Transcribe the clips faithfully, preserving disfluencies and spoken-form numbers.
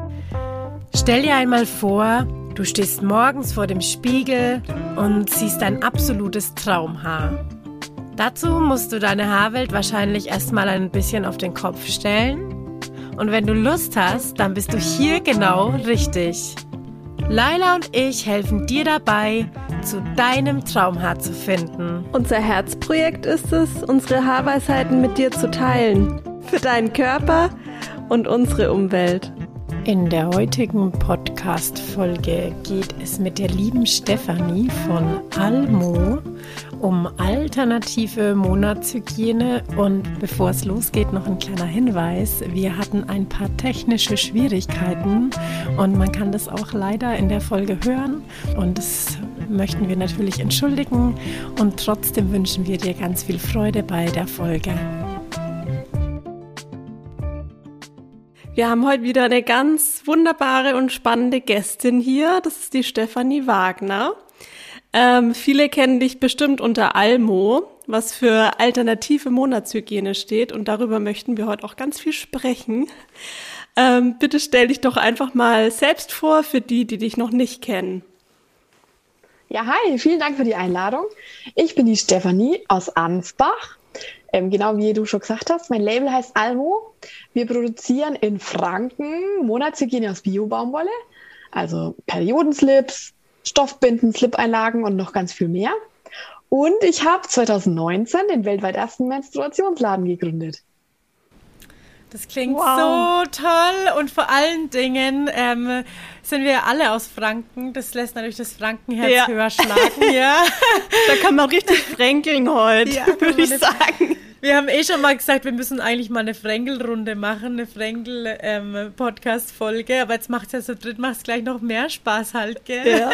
Stell dir einmal vor, du stehst morgens vor dem Spiegel und siehst dein absolutes Traumhaar. Dazu musst du deine Haarwelt wahrscheinlich erstmal ein bisschen auf den Kopf stellen. Und wenn du Lust hast, dann bist du hier genau richtig. Laila und ich helfen dir dabei, zu deinem Traumhaar zu finden. Unser Herzprojekt ist es, unsere Haarweisheiten mit dir zu teilen. Für deinen Körper und unsere Umwelt. In der heutigen Podcast-Folge geht es mit der lieben Stefanie von Almo um alternative Monatshygiene. Und bevor es losgeht, noch ein kleiner Hinweis. Wir hatten ein paar technische Schwierigkeiten und man kann das auch leider in der Folge hören. Und das möchten wir natürlich entschuldigen. Und trotzdem wünschen wir dir ganz viel Freude bei der Folge. Wir haben heute wieder eine ganz wunderbare und spannende Gästin hier. Das ist die Stefanie Wagner. Ähm, viele kennen dich bestimmt unter Almo, was für alternative Monatshygiene steht. Und darüber möchten wir heute auch ganz viel sprechen. Ähm, bitte stell dich doch einfach mal selbst vor für die, die dich noch nicht kennen. Ja, hi, vielen Dank für die Einladung. Ich bin die Stefanie aus Ansbach. Ähm, genau wie du schon gesagt hast, mein Label heißt Almo. Wir produzieren in Franken Monatshygiene aus Bio-Baumwolle, also Periodenslips, Stoffbinden, Slip-Einlagen und noch ganz viel mehr. Und ich habe zwanzig neunzehn den weltweit ersten Menstruationsladen gegründet. Das klingt Wow. so toll und vor allen Dingen ähm, sind wir alle aus Franken. Das lässt natürlich das Frankenherz Ja. höher schlagen. Ja. Da kann man richtig fränkeln heute, Ja, würde ich eine- sagen. Wir haben eh schon mal gesagt, wir müssen eigentlich mal eine Fränkelrunde machen, eine Fränkel-Podcast-Folge. Aber jetzt macht es ja so dritt, macht es gleich noch mehr Spaß halt, gell? Ja.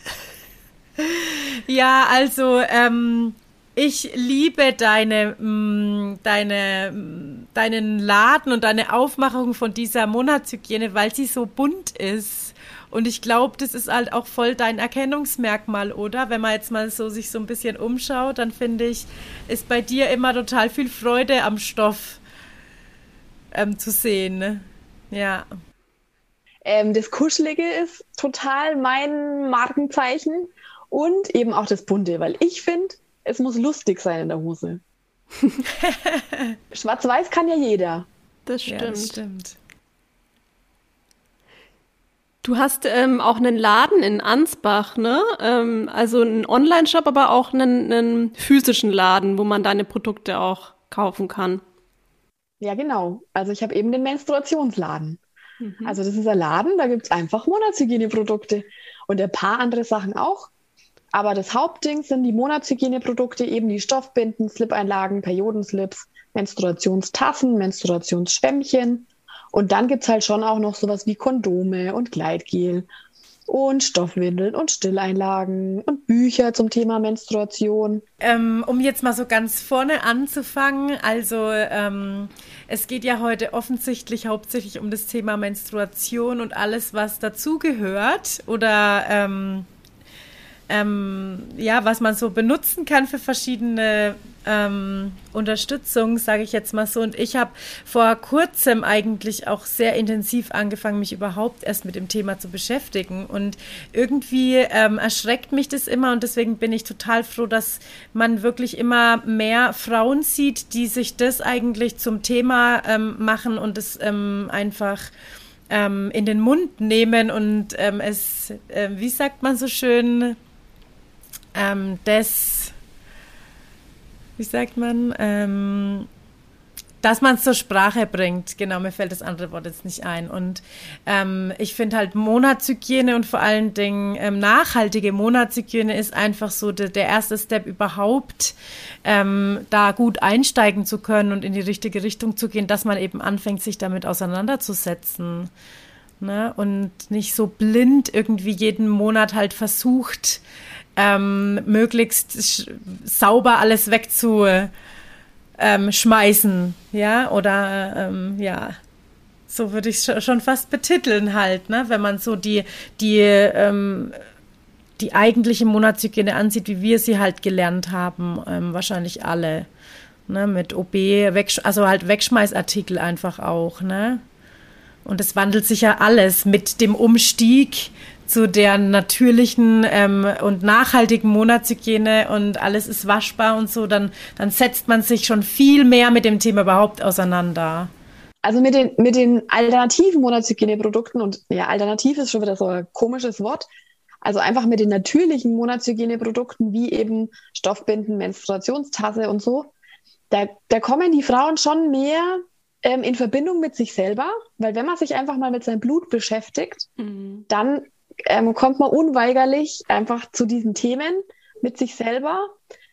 Ja, also ähm, ich liebe deine, mh, deine, mh, deinen Laden und deine Aufmachung von dieser Monatshygiene, weil sie so bunt ist. Und ich glaube, das ist halt auch voll dein Erkennungsmerkmal, oder? Wenn man jetzt mal so sich so ein bisschen umschaut, dann finde ich, ist bei dir immer total viel Freude am Stoff ähm, zu sehen. Ne? Ja. Ähm, das Kuschelige ist total mein Markenzeichen und eben auch das Bunte, weil ich finde, es muss lustig sein in der Hose. Schwarz-Weiß kann ja jeder. Das Ja, stimmt. das stimmt. Du hast ähm, auch einen Laden in Ansbach, ne? Ähm, also einen Online-Shop, aber auch einen, einen physischen Laden, wo man deine Produkte auch kaufen kann. Ja, genau. Also ich habe eben den Menstruationsladen. Mhm. Also das ist ein Laden, da gibt es einfach Monatshygieneprodukte und ein paar andere Sachen auch. Aber das Hauptding sind die Monatshygieneprodukte, eben die Stoffbinden, Slip-Einlagen, Periodenslips, Menstruationstassen, Menstruationsschwämmchen. Und dann gibt es halt schon auch noch sowas wie Kondome und Gleitgel und Stoffwindeln und Stilleinlagen und Bücher zum Thema Menstruation. Ähm, um jetzt mal so ganz vorne anzufangen, also ähm, es geht ja heute offensichtlich hauptsächlich um das Thema Menstruation und alles, was dazugehört oder ähm, ähm, ja, was man so benutzen kann für verschiedene ähm, Unterstützung, sage ich jetzt mal so. Und ich habe vor kurzem eigentlich auch sehr intensiv angefangen, mich überhaupt erst mit dem Thema zu beschäftigen. Und irgendwie ähm, erschreckt mich das immer und deswegen bin ich total froh, dass man wirklich immer mehr Frauen sieht, die sich das eigentlich zum Thema ähm, machen und es ähm, einfach ähm, in den Mund nehmen und ähm, es, äh, wie sagt man so schön, ähm, das, wie sagt man, ähm, dass man es zur Sprache bringt. Genau, mir fällt das andere Wort jetzt nicht ein. Und ähm, ich finde halt Monatshygiene und vor allen Dingen ähm, nachhaltige Monatshygiene ist einfach so de, der erste Step überhaupt, ähm, da gut einsteigen zu können und in die richtige Richtung zu gehen, dass man eben anfängt, sich damit auseinanderzusetzen. Ne? Und nicht so blind irgendwie jeden Monat halt versucht, ähm, möglichst sch- sauber alles wegzu ähm, schmeißen, ja, oder ähm, ja, so würde ich es schon fast betiteln halt, ne, wenn man so die, die, ähm, die eigentliche Monatshygiene ansieht, wie wir sie halt gelernt haben, ähm, wahrscheinlich alle, ne, mit O B, wegsch- also halt Wegschmeißartikel einfach auch, ne. Und es wandelt sich ja alles mit dem Umstieg zu der natürlichen ähm, und nachhaltigen Monatshygiene und alles ist waschbar und so, dann, dann setzt man sich schon viel mehr mit dem Thema überhaupt auseinander. Also mit den, mit den alternativen Monatshygieneprodukten und ja, alternativ ist schon wieder so ein komisches Wort, also einfach mit den natürlichen Monatshygieneprodukten wie eben Stoffbinden, Menstruationstasse und so, da, da kommen die Frauen schon mehr ähm, in Verbindung mit sich selber, weil wenn man sich einfach mal mit seinem Blut beschäftigt, mhm. dann ähm, kommt man unweigerlich einfach zu diesen Themen mit sich selber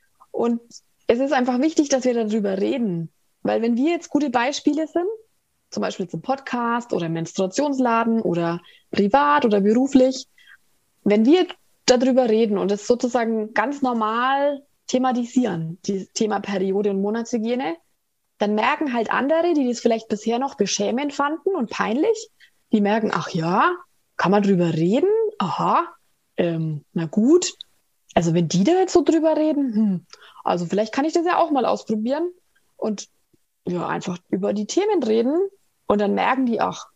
und es ist einfach wichtig, dass wir darüber reden, weil wenn wir jetzt gute Beispiele sind, zum Beispiel jetzt im Podcast oder im Menstruationsladen oder privat oder beruflich, wenn wir darüber reden und es sozusagen ganz normal thematisieren, dieses Thema Periode und Monatshygiene, dann merken halt andere, die das vielleicht bisher noch beschämend fanden und peinlich, die merken, ach ja, kann man drüber reden? Aha, ähm, na gut. Also wenn die da jetzt so drüber reden, hm, also vielleicht kann ich das ja auch mal ausprobieren und ja, einfach über die Themen reden und dann merken die, ach,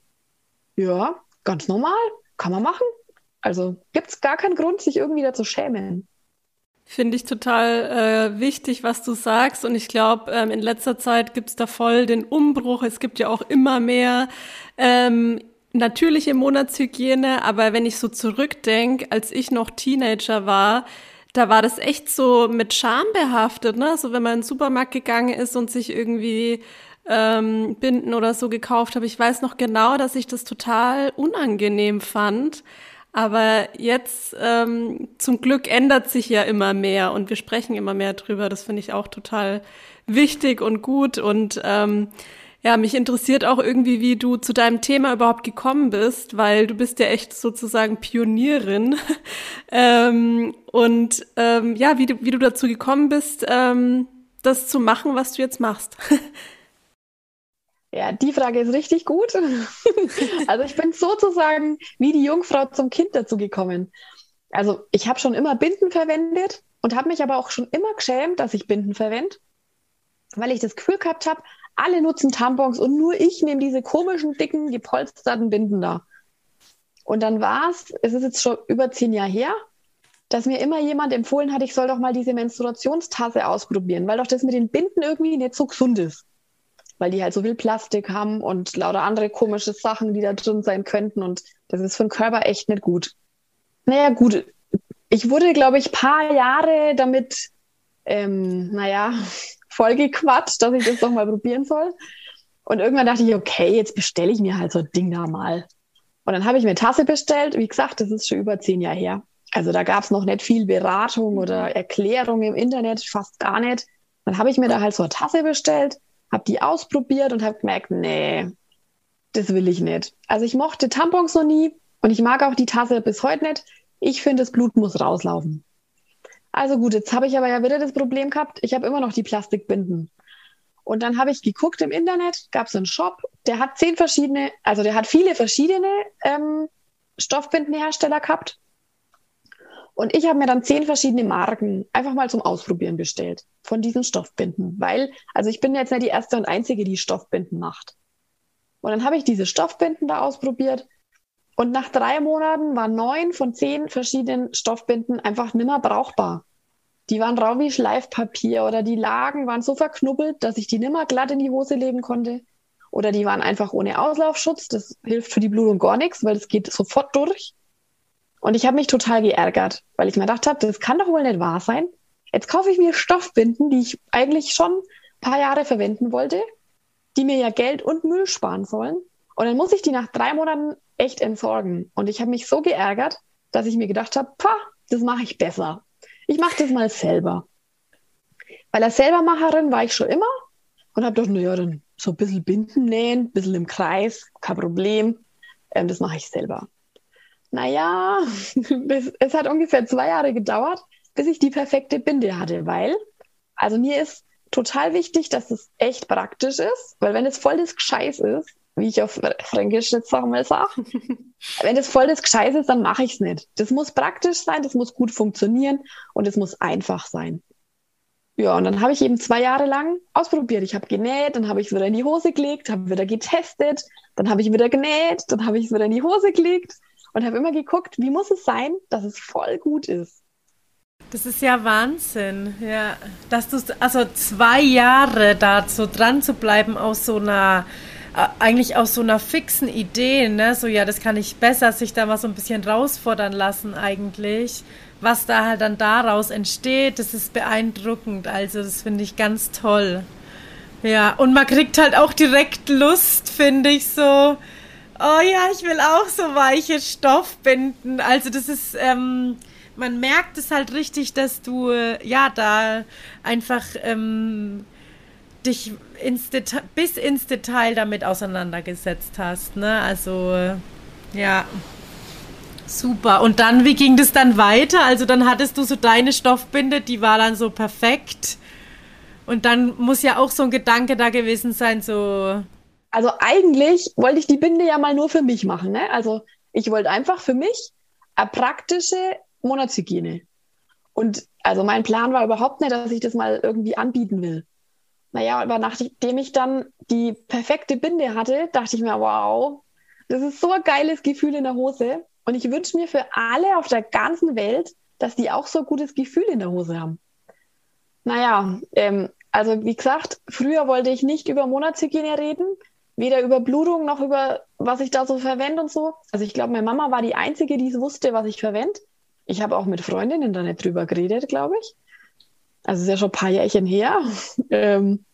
ja, ganz normal, kann man machen. Also gibt es gar keinen Grund, sich irgendwie da zu schämen. Finde ich total äh, wichtig, was du sagst. Und ich glaube, ähm, in letzter Zeit gibt es da voll den Umbruch. Es gibt ja auch immer mehr ähm, natürliche Monatshygiene. Aber wenn ich so zurückdenke, als ich noch Teenager war, da war das echt so mit Scham behaftet, ne? So wenn man in den Supermarkt gegangen ist und sich irgendwie ähm, Binden oder so gekauft habe. Ich weiß noch genau, dass ich das total unangenehm fand. Aber jetzt ähm, zum Glück ändert sich ja immer mehr und wir sprechen immer mehr drüber. Das finde ich auch total wichtig und gut. Und ähm, ja, mich interessiert auch irgendwie, wie du zu deinem Thema überhaupt gekommen bist, weil du bist ja echt sozusagen Pionierin. ähm, und ähm, ja, wie du, wie du dazu gekommen bist, ähm, das zu machen, was du jetzt machst. Ja, die Frage ist richtig gut. Also ich bin sozusagen wie die Jungfrau zum Kind dazu gekommen. Also ich habe schon immer Binden verwendet und habe mich aber auch schon immer geschämt, dass ich Binden verwende, weil ich das Gefühl gehabt habe, alle nutzen Tampons und nur ich nehme diese komischen, dicken, gepolsterten Binden da. Und dann war es, es ist jetzt schon über zehn Jahre her, dass mir immer jemand empfohlen hat, ich soll doch mal diese Menstruationstasse ausprobieren, weil doch das mit den Binden irgendwie nicht so gesund ist. Weil die halt so viel Plastik haben und lauter andere komische Sachen, die da drin sein könnten. Und das ist für den Körper echt nicht gut. Naja, gut. Ich wurde, glaube ich, ein paar Jahre damit, ähm, naja, vollgequatscht, dass ich das doch mal probieren soll. Und irgendwann dachte ich, okay, jetzt bestelle ich mir halt so ein Ding da mal. Und dann habe ich mir eine Tasse bestellt. Wie gesagt, das ist schon über zehn Jahre her. Also da gab es noch nicht viel Beratung oder Erklärung im Internet, fast gar nicht. Dann habe ich mir da halt so eine Tasse bestellt, habe die ausprobiert und habe gemerkt, nee, das will ich nicht. Also ich mochte Tampons noch nie und ich mag auch die Tasse bis heute nicht. Ich finde, das Blut muss rauslaufen. Also gut, jetzt habe ich aber ja wieder das Problem gehabt, ich habe immer noch die Plastikbinden. Und dann habe ich geguckt im Internet, gab es einen Shop, der hat zehn verschiedene, also der hat viele verschiedene ähm, Stoffbindenhersteller gehabt. Und ich habe mir dann zehn verschiedene Marken einfach mal zum Ausprobieren bestellt von diesen Stoffbinden, weil, also ich bin jetzt nicht die erste und einzige, die Stoffbinden macht. Und dann habe ich diese Stoffbinden da ausprobiert und nach drei Monaten waren neun von zehn verschiedenen Stoffbinden einfach nimmer brauchbar. Die waren rau wie Schleifpapier oder die Lagen waren so verknubbelt, dass ich die nimmer glatt in die Hose legen konnte. Oder die waren einfach ohne Auslaufschutz. Das hilft für die Blutung gar nichts, weil es geht sofort durch. Und ich habe mich total geärgert, weil ich mir gedacht habe, das kann doch wohl nicht wahr sein. Jetzt kaufe ich mir Stoffbinden, die ich eigentlich schon ein paar Jahre verwenden wollte, die mir ja Geld und Müll sparen sollen. Und dann muss ich die nach drei Monaten echt entsorgen. Und ich habe mich so geärgert, dass ich mir gedacht habe, pah, das mache ich besser. Ich mache das mal selber. Weil als Selbermacherin war ich schon immer und habe gedacht, naja, dann so ein bisschen Binden nähen, ein bisschen im Kreis, kein Problem. Ähm, das mache ich selber. Naja, das, es hat ungefähr zwei Jahre gedauert, bis ich die perfekte Binde hatte, weil, also mir ist total wichtig, dass es echt praktisch ist, weil wenn es voll das Gescheiß ist, wie ich auf Fränkisch jetzt sag mal sage, wenn es voll das Gescheiß ist, dann mache ich es nicht. Das muss praktisch sein, das muss gut funktionieren und es muss einfach sein. Ja, und dann habe ich eben zwei Jahre lang ausprobiert. Ich habe genäht, dann habe ich es wieder in die Hose gelegt, habe wieder getestet, dann habe ich wieder genäht, dann habe ich es wieder in die Hose gelegt und habe immer geguckt, wie muss es sein, dass es voll gut ist. Das ist ja Wahnsinn, ja, dass du also zwei Jahre da so dran zu bleiben aus so einer äh, eigentlich aus so einer fixen Idee, ne, so ja, das kann ich besser, sich da mal so ein bisschen herausfordern lassen eigentlich, was da halt dann daraus entsteht, das ist beeindruckend, also das finde ich ganz toll. Ja, und man kriegt halt auch direkt Lust, finde ich so. Oh ja, ich will auch so weiche Stoffbinden. Also das ist, ähm, man merkt es halt richtig, dass du äh, ja da einfach ähm, dich ins Deta- bis ins Detail damit auseinandergesetzt hast. Ne? Also äh, ja, super. Und dann, wie ging das dann weiter? Also dann hattest du so deine Stoffbinde, die war dann so perfekt. Und dann muss ja auch so ein Gedanke da gewesen sein, so. Also eigentlich wollte ich die Binde ja mal nur für mich machen, ne? Also ich wollte einfach für mich eine praktische Monatshygiene. Und also mein Plan war überhaupt nicht, dass ich das mal irgendwie anbieten will. Naja, aber nachdem ich dann die perfekte Binde hatte, dachte ich mir, wow, das ist so ein geiles Gefühl in der Hose. Und ich wünsche mir für alle auf der ganzen Welt, dass die auch so ein gutes Gefühl in der Hose haben. Naja, ähm, also wie gesagt, früher wollte ich nicht über Monatshygiene reden, weder über Blutung noch über, was ich da so verwende und so. Also ich glaube, meine Mama war die Einzige, die es wusste, was ich verwende. Ich habe auch mit Freundinnen da nicht drüber geredet, glaube ich. Also es ist ja schon ein paar Jährchen her. ähm,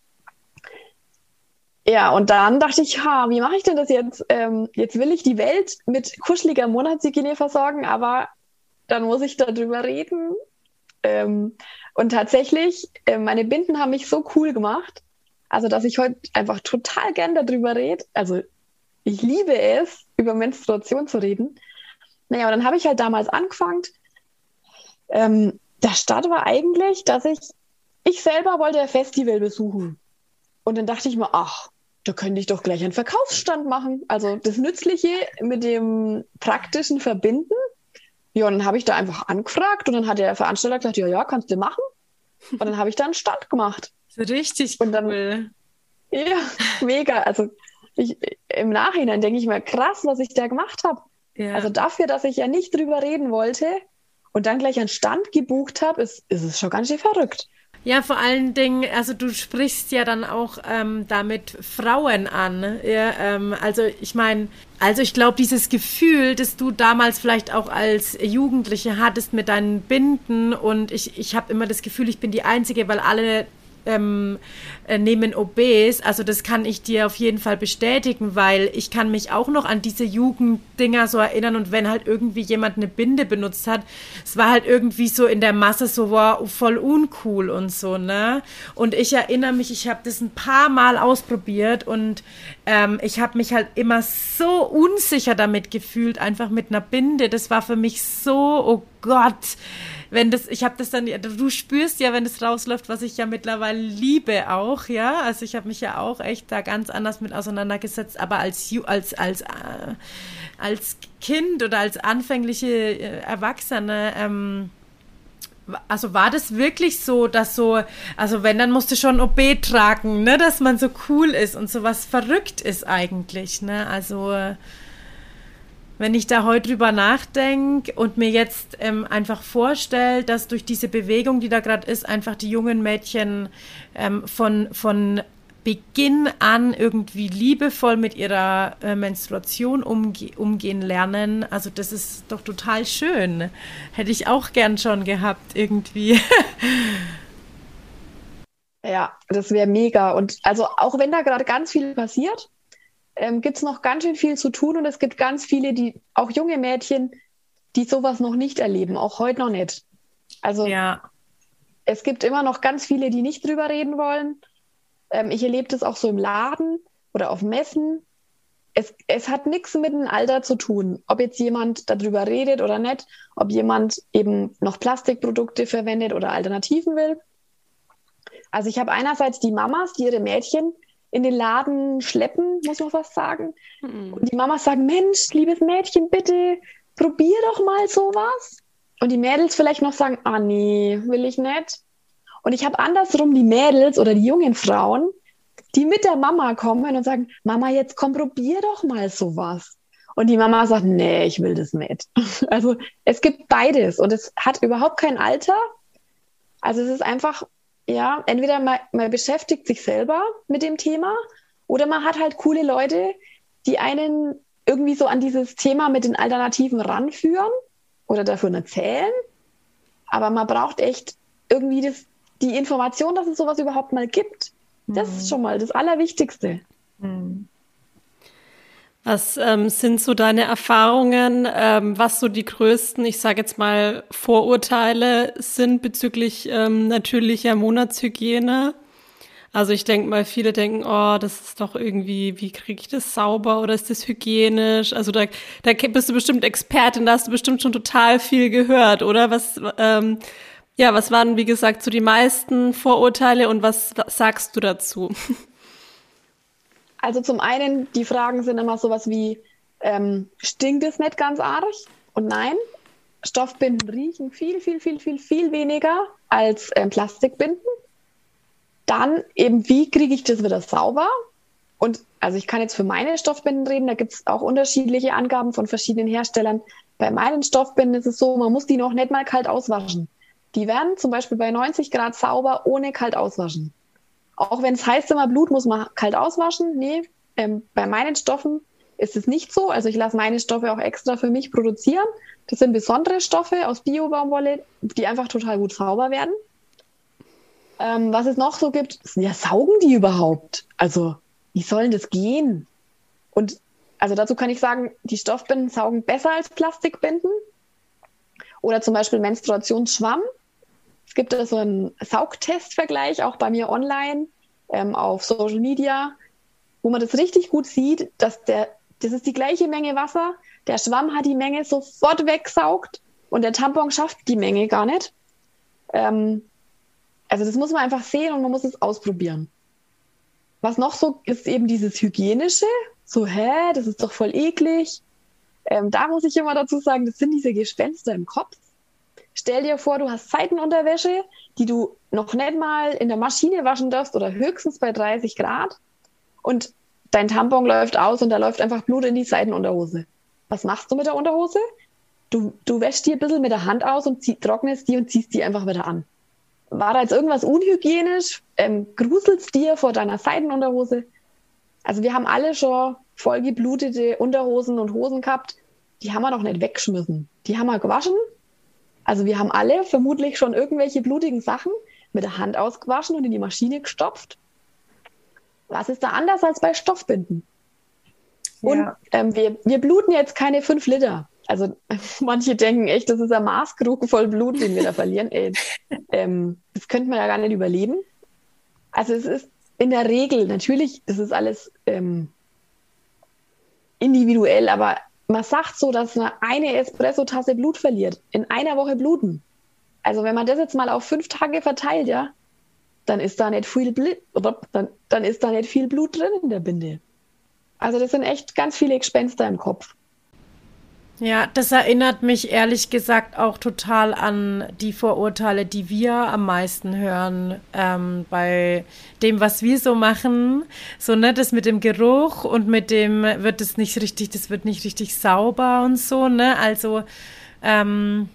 ja, und dann dachte ich, ha, wie mache ich denn das jetzt? Ähm, jetzt will ich die Welt mit kuscheliger Monatshygiene versorgen, aber dann muss ich darüber reden. Ähm, und tatsächlich, äh, meine Binden haben mich so cool gemacht, also dass ich heute einfach total gern darüber rede. Also ich liebe es, über Menstruation zu reden. Naja, und dann habe ich halt damals angefangen. Ähm, der Start war eigentlich, dass ich, ich selber wollte ein Festival besuchen. Und dann dachte ich mir, ach, da könnte ich doch gleich einen Verkaufsstand machen. Also das Nützliche mit dem Praktischen verbinden. Ja, und dann habe ich da einfach angefragt und dann hat der Veranstalter gesagt, ja, ja, kannst du machen. Und dann habe ich da einen Stand gemacht. So richtig und dann, cool. Ja, mega. Also ich, im Nachhinein denke ich mir, krass, was ich da gemacht habe. Ja. Also dafür, dass ich ja nicht drüber reden wollte und dann gleich einen Stand gebucht habe, ist, ist es schon ganz schön verrückt. Ja, vor allen Dingen, also du sprichst ja dann auch ähm, damit Frauen an. Ja, ähm, also ich meine, also ich glaube, dieses Gefühl, das du damals vielleicht auch als Jugendliche hattest mit deinen Binden und ich, ich habe immer das Gefühl, ich bin die Einzige, weil alle ähm, äh, nehmen O Bs. Also das kann ich dir auf jeden Fall bestätigen, weil ich kann mich auch noch an diese Jugenddinger so erinnern und wenn halt irgendwie jemand eine Binde benutzt hat, es war halt irgendwie so in der Masse so wow, voll uncool und so, ne? Und ich erinnere mich, ich habe das ein paar Mal ausprobiert und ähm, ich habe mich halt immer so unsicher damit gefühlt, einfach mit einer Binde. Das war für mich so, oh Gott, wenn das, ich habe das dann, du spürst ja, wenn das rausläuft, was ich ja mittlerweile liebe auch, ja, also ich habe mich ja auch echt da ganz anders mit auseinandergesetzt, aber als als als äh, als Kind oder als anfängliche äh, Erwachsene, ähm, also war das wirklich so, dass so, also wenn, dann musst du schon O B tragen, ne, dass man so cool ist und so was verrückt ist eigentlich, ne, also äh, wenn ich da heute drüber nachdenke und mir jetzt ähm, einfach vorstelle, dass durch diese Bewegung, die da gerade ist, einfach die jungen Mädchen ähm, von, von Beginn an irgendwie liebevoll mit ihrer äh, Menstruation umge- umgehen lernen, also das ist doch total schön. Hätte ich auch gern schon gehabt irgendwie. Ja, das wäre mega. Und also auch wenn da gerade ganz viel passiert, Ähm, gibt es noch ganz schön viel zu tun und es gibt ganz viele, die, auch junge Mädchen, die sowas noch nicht erleben, auch heute noch nicht. Also ja. Es gibt immer noch ganz viele, die nicht drüber reden wollen. Ähm, ich erlebe das auch so im Laden oder auf Messen. Es, es hat nichts mit dem Alter zu tun, ob jetzt jemand darüber redet oder nicht, ob jemand eben noch Plastikprodukte verwendet oder Alternativen will. Also ich habe einerseits die Mamas, die ihre Mädchen in den Laden schleppen, muss man fast sagen. Mhm. Und die Mamas sagen, Mensch, liebes Mädchen, bitte probier doch mal sowas. Und die Mädels vielleicht noch sagen, ah nee, will ich nicht. Und ich habe andersrum die Mädels oder die jungen Frauen, die mit der Mama kommen und sagen, Mama, jetzt komm, probier doch mal sowas. Und die Mama sagt, nee, ich will das nicht. Also es gibt beides und es hat überhaupt kein Alter. Also es ist einfach, ja, entweder man, man beschäftigt sich selber mit dem Thema oder man hat halt coole Leute, die einen irgendwie so an dieses Thema mit den Alternativen ranführen oder davon erzählen. Aber man braucht echt irgendwie das, die Information, dass es sowas überhaupt mal gibt. Das ist schon mal das Allerwichtigste. Was ähm, sind so deine Erfahrungen, ähm, was so die größten, ich sage jetzt mal, Vorurteile sind bezüglich ähm, natürlicher Monatshygiene? Also ich denke mal, viele denken, oh, das ist doch irgendwie, wie kriege ich das sauber oder ist das hygienisch? Also da, da bist du bestimmt Expertin, da hast du bestimmt schon total viel gehört, oder? Was, ähm, ja, was waren, wie gesagt, so die meisten Vorurteile und was, was sagst du dazu? Also zum einen, die Fragen sind immer sowas wie, ähm, stinkt es nicht ganz arg? Und nein, Stoffbinden riechen viel, viel, viel, viel, viel weniger als ähm, Plastikbinden. Dann eben, wie kriege ich das wieder sauber? Und also ich kann jetzt für meine Stoffbinden reden, da gibt es auch unterschiedliche Angaben von verschiedenen Herstellern. Bei meinen Stoffbinden ist es so, man muss die noch nicht mal kalt auswaschen. Die werden zum Beispiel bei neunzig Grad sauber ohne kalt auswaschen. Auch wenn es heißt immer, Blut muss man kalt auswaschen. Nee, ähm, bei meinen Stoffen ist es nicht so. Also ich lasse meine Stoffe auch extra für mich produzieren. Das sind besondere Stoffe aus Bio-Baumwolle, die einfach total gut sauber werden. Ähm, was es noch so gibt, ja, saugen die überhaupt? Also wie soll das gehen? Und also dazu kann ich sagen, die Stoffbinden saugen besser als Plastikbinden. Oder zum Beispiel Menstruationsschwamm. Es gibt da so einen Saugtestvergleich, auch bei mir online, ähm, auf Social Media, wo man das richtig gut sieht, dass der, das ist die gleiche Menge Wasser, der Schwamm hat die Menge sofort wegsaugt und der Tampon schafft die Menge gar nicht. Ähm, also das muss man einfach sehen und man muss es ausprobieren. Was noch so ist eben dieses Hygienische, so, hä, das ist doch voll eklig. Ähm, da muss ich immer dazu sagen, das sind diese Gespenster im Kopf. Stell dir vor, du hast Seitenunterwäsche, die du noch nicht mal in der Maschine waschen darfst oder höchstens bei dreißig Grad und dein Tampon läuft aus und da läuft einfach Blut in die Seitenunterhose. Was machst du mit der Unterhose? Du, du wäschst die ein bisschen mit der Hand aus und zieh, trocknest die und ziehst die einfach wieder an. War da jetzt irgendwas unhygienisch? Ähm, gruselst dir vor deiner Seitenunterhose? Also wir haben alle schon vollgeblutete Unterhosen und Hosen gehabt, die haben wir noch nicht weggeschmissen. Die haben wir gewaschen. Also wir haben alle vermutlich schon irgendwelche blutigen Sachen mit der Hand ausgewaschen und in die Maschine gestopft. Was ist da anders als bei Stoffbinden? Ja. Und ähm, wir, wir bluten jetzt keine fünf Liter. Also manche denken echt, das ist ein Maßkrug voll Blut, den wir da verlieren. Ey, ähm, das könnte man ja gar nicht überleben. Also es ist in der Regel, natürlich ist es alles ähm, individuell, aber man sagt so, dass man eine Espresso-Tasse Blut verliert. In einer Woche bluten. Also wenn man das jetzt mal auf fünf Tage verteilt, ja, dann ist da nicht viel Blut, dann, dann ist da nicht viel Blut drin in der Binde. Also das sind echt ganz viele Gespenster im Kopf. Ja, das erinnert mich ehrlich gesagt auch total an die Vorurteile, die wir am meisten hören ähm, bei dem, was wir so machen. So, ne, das mit dem Geruch und mit dem wird es nicht richtig, das wird nicht richtig sauber und so, ne? Also ähm,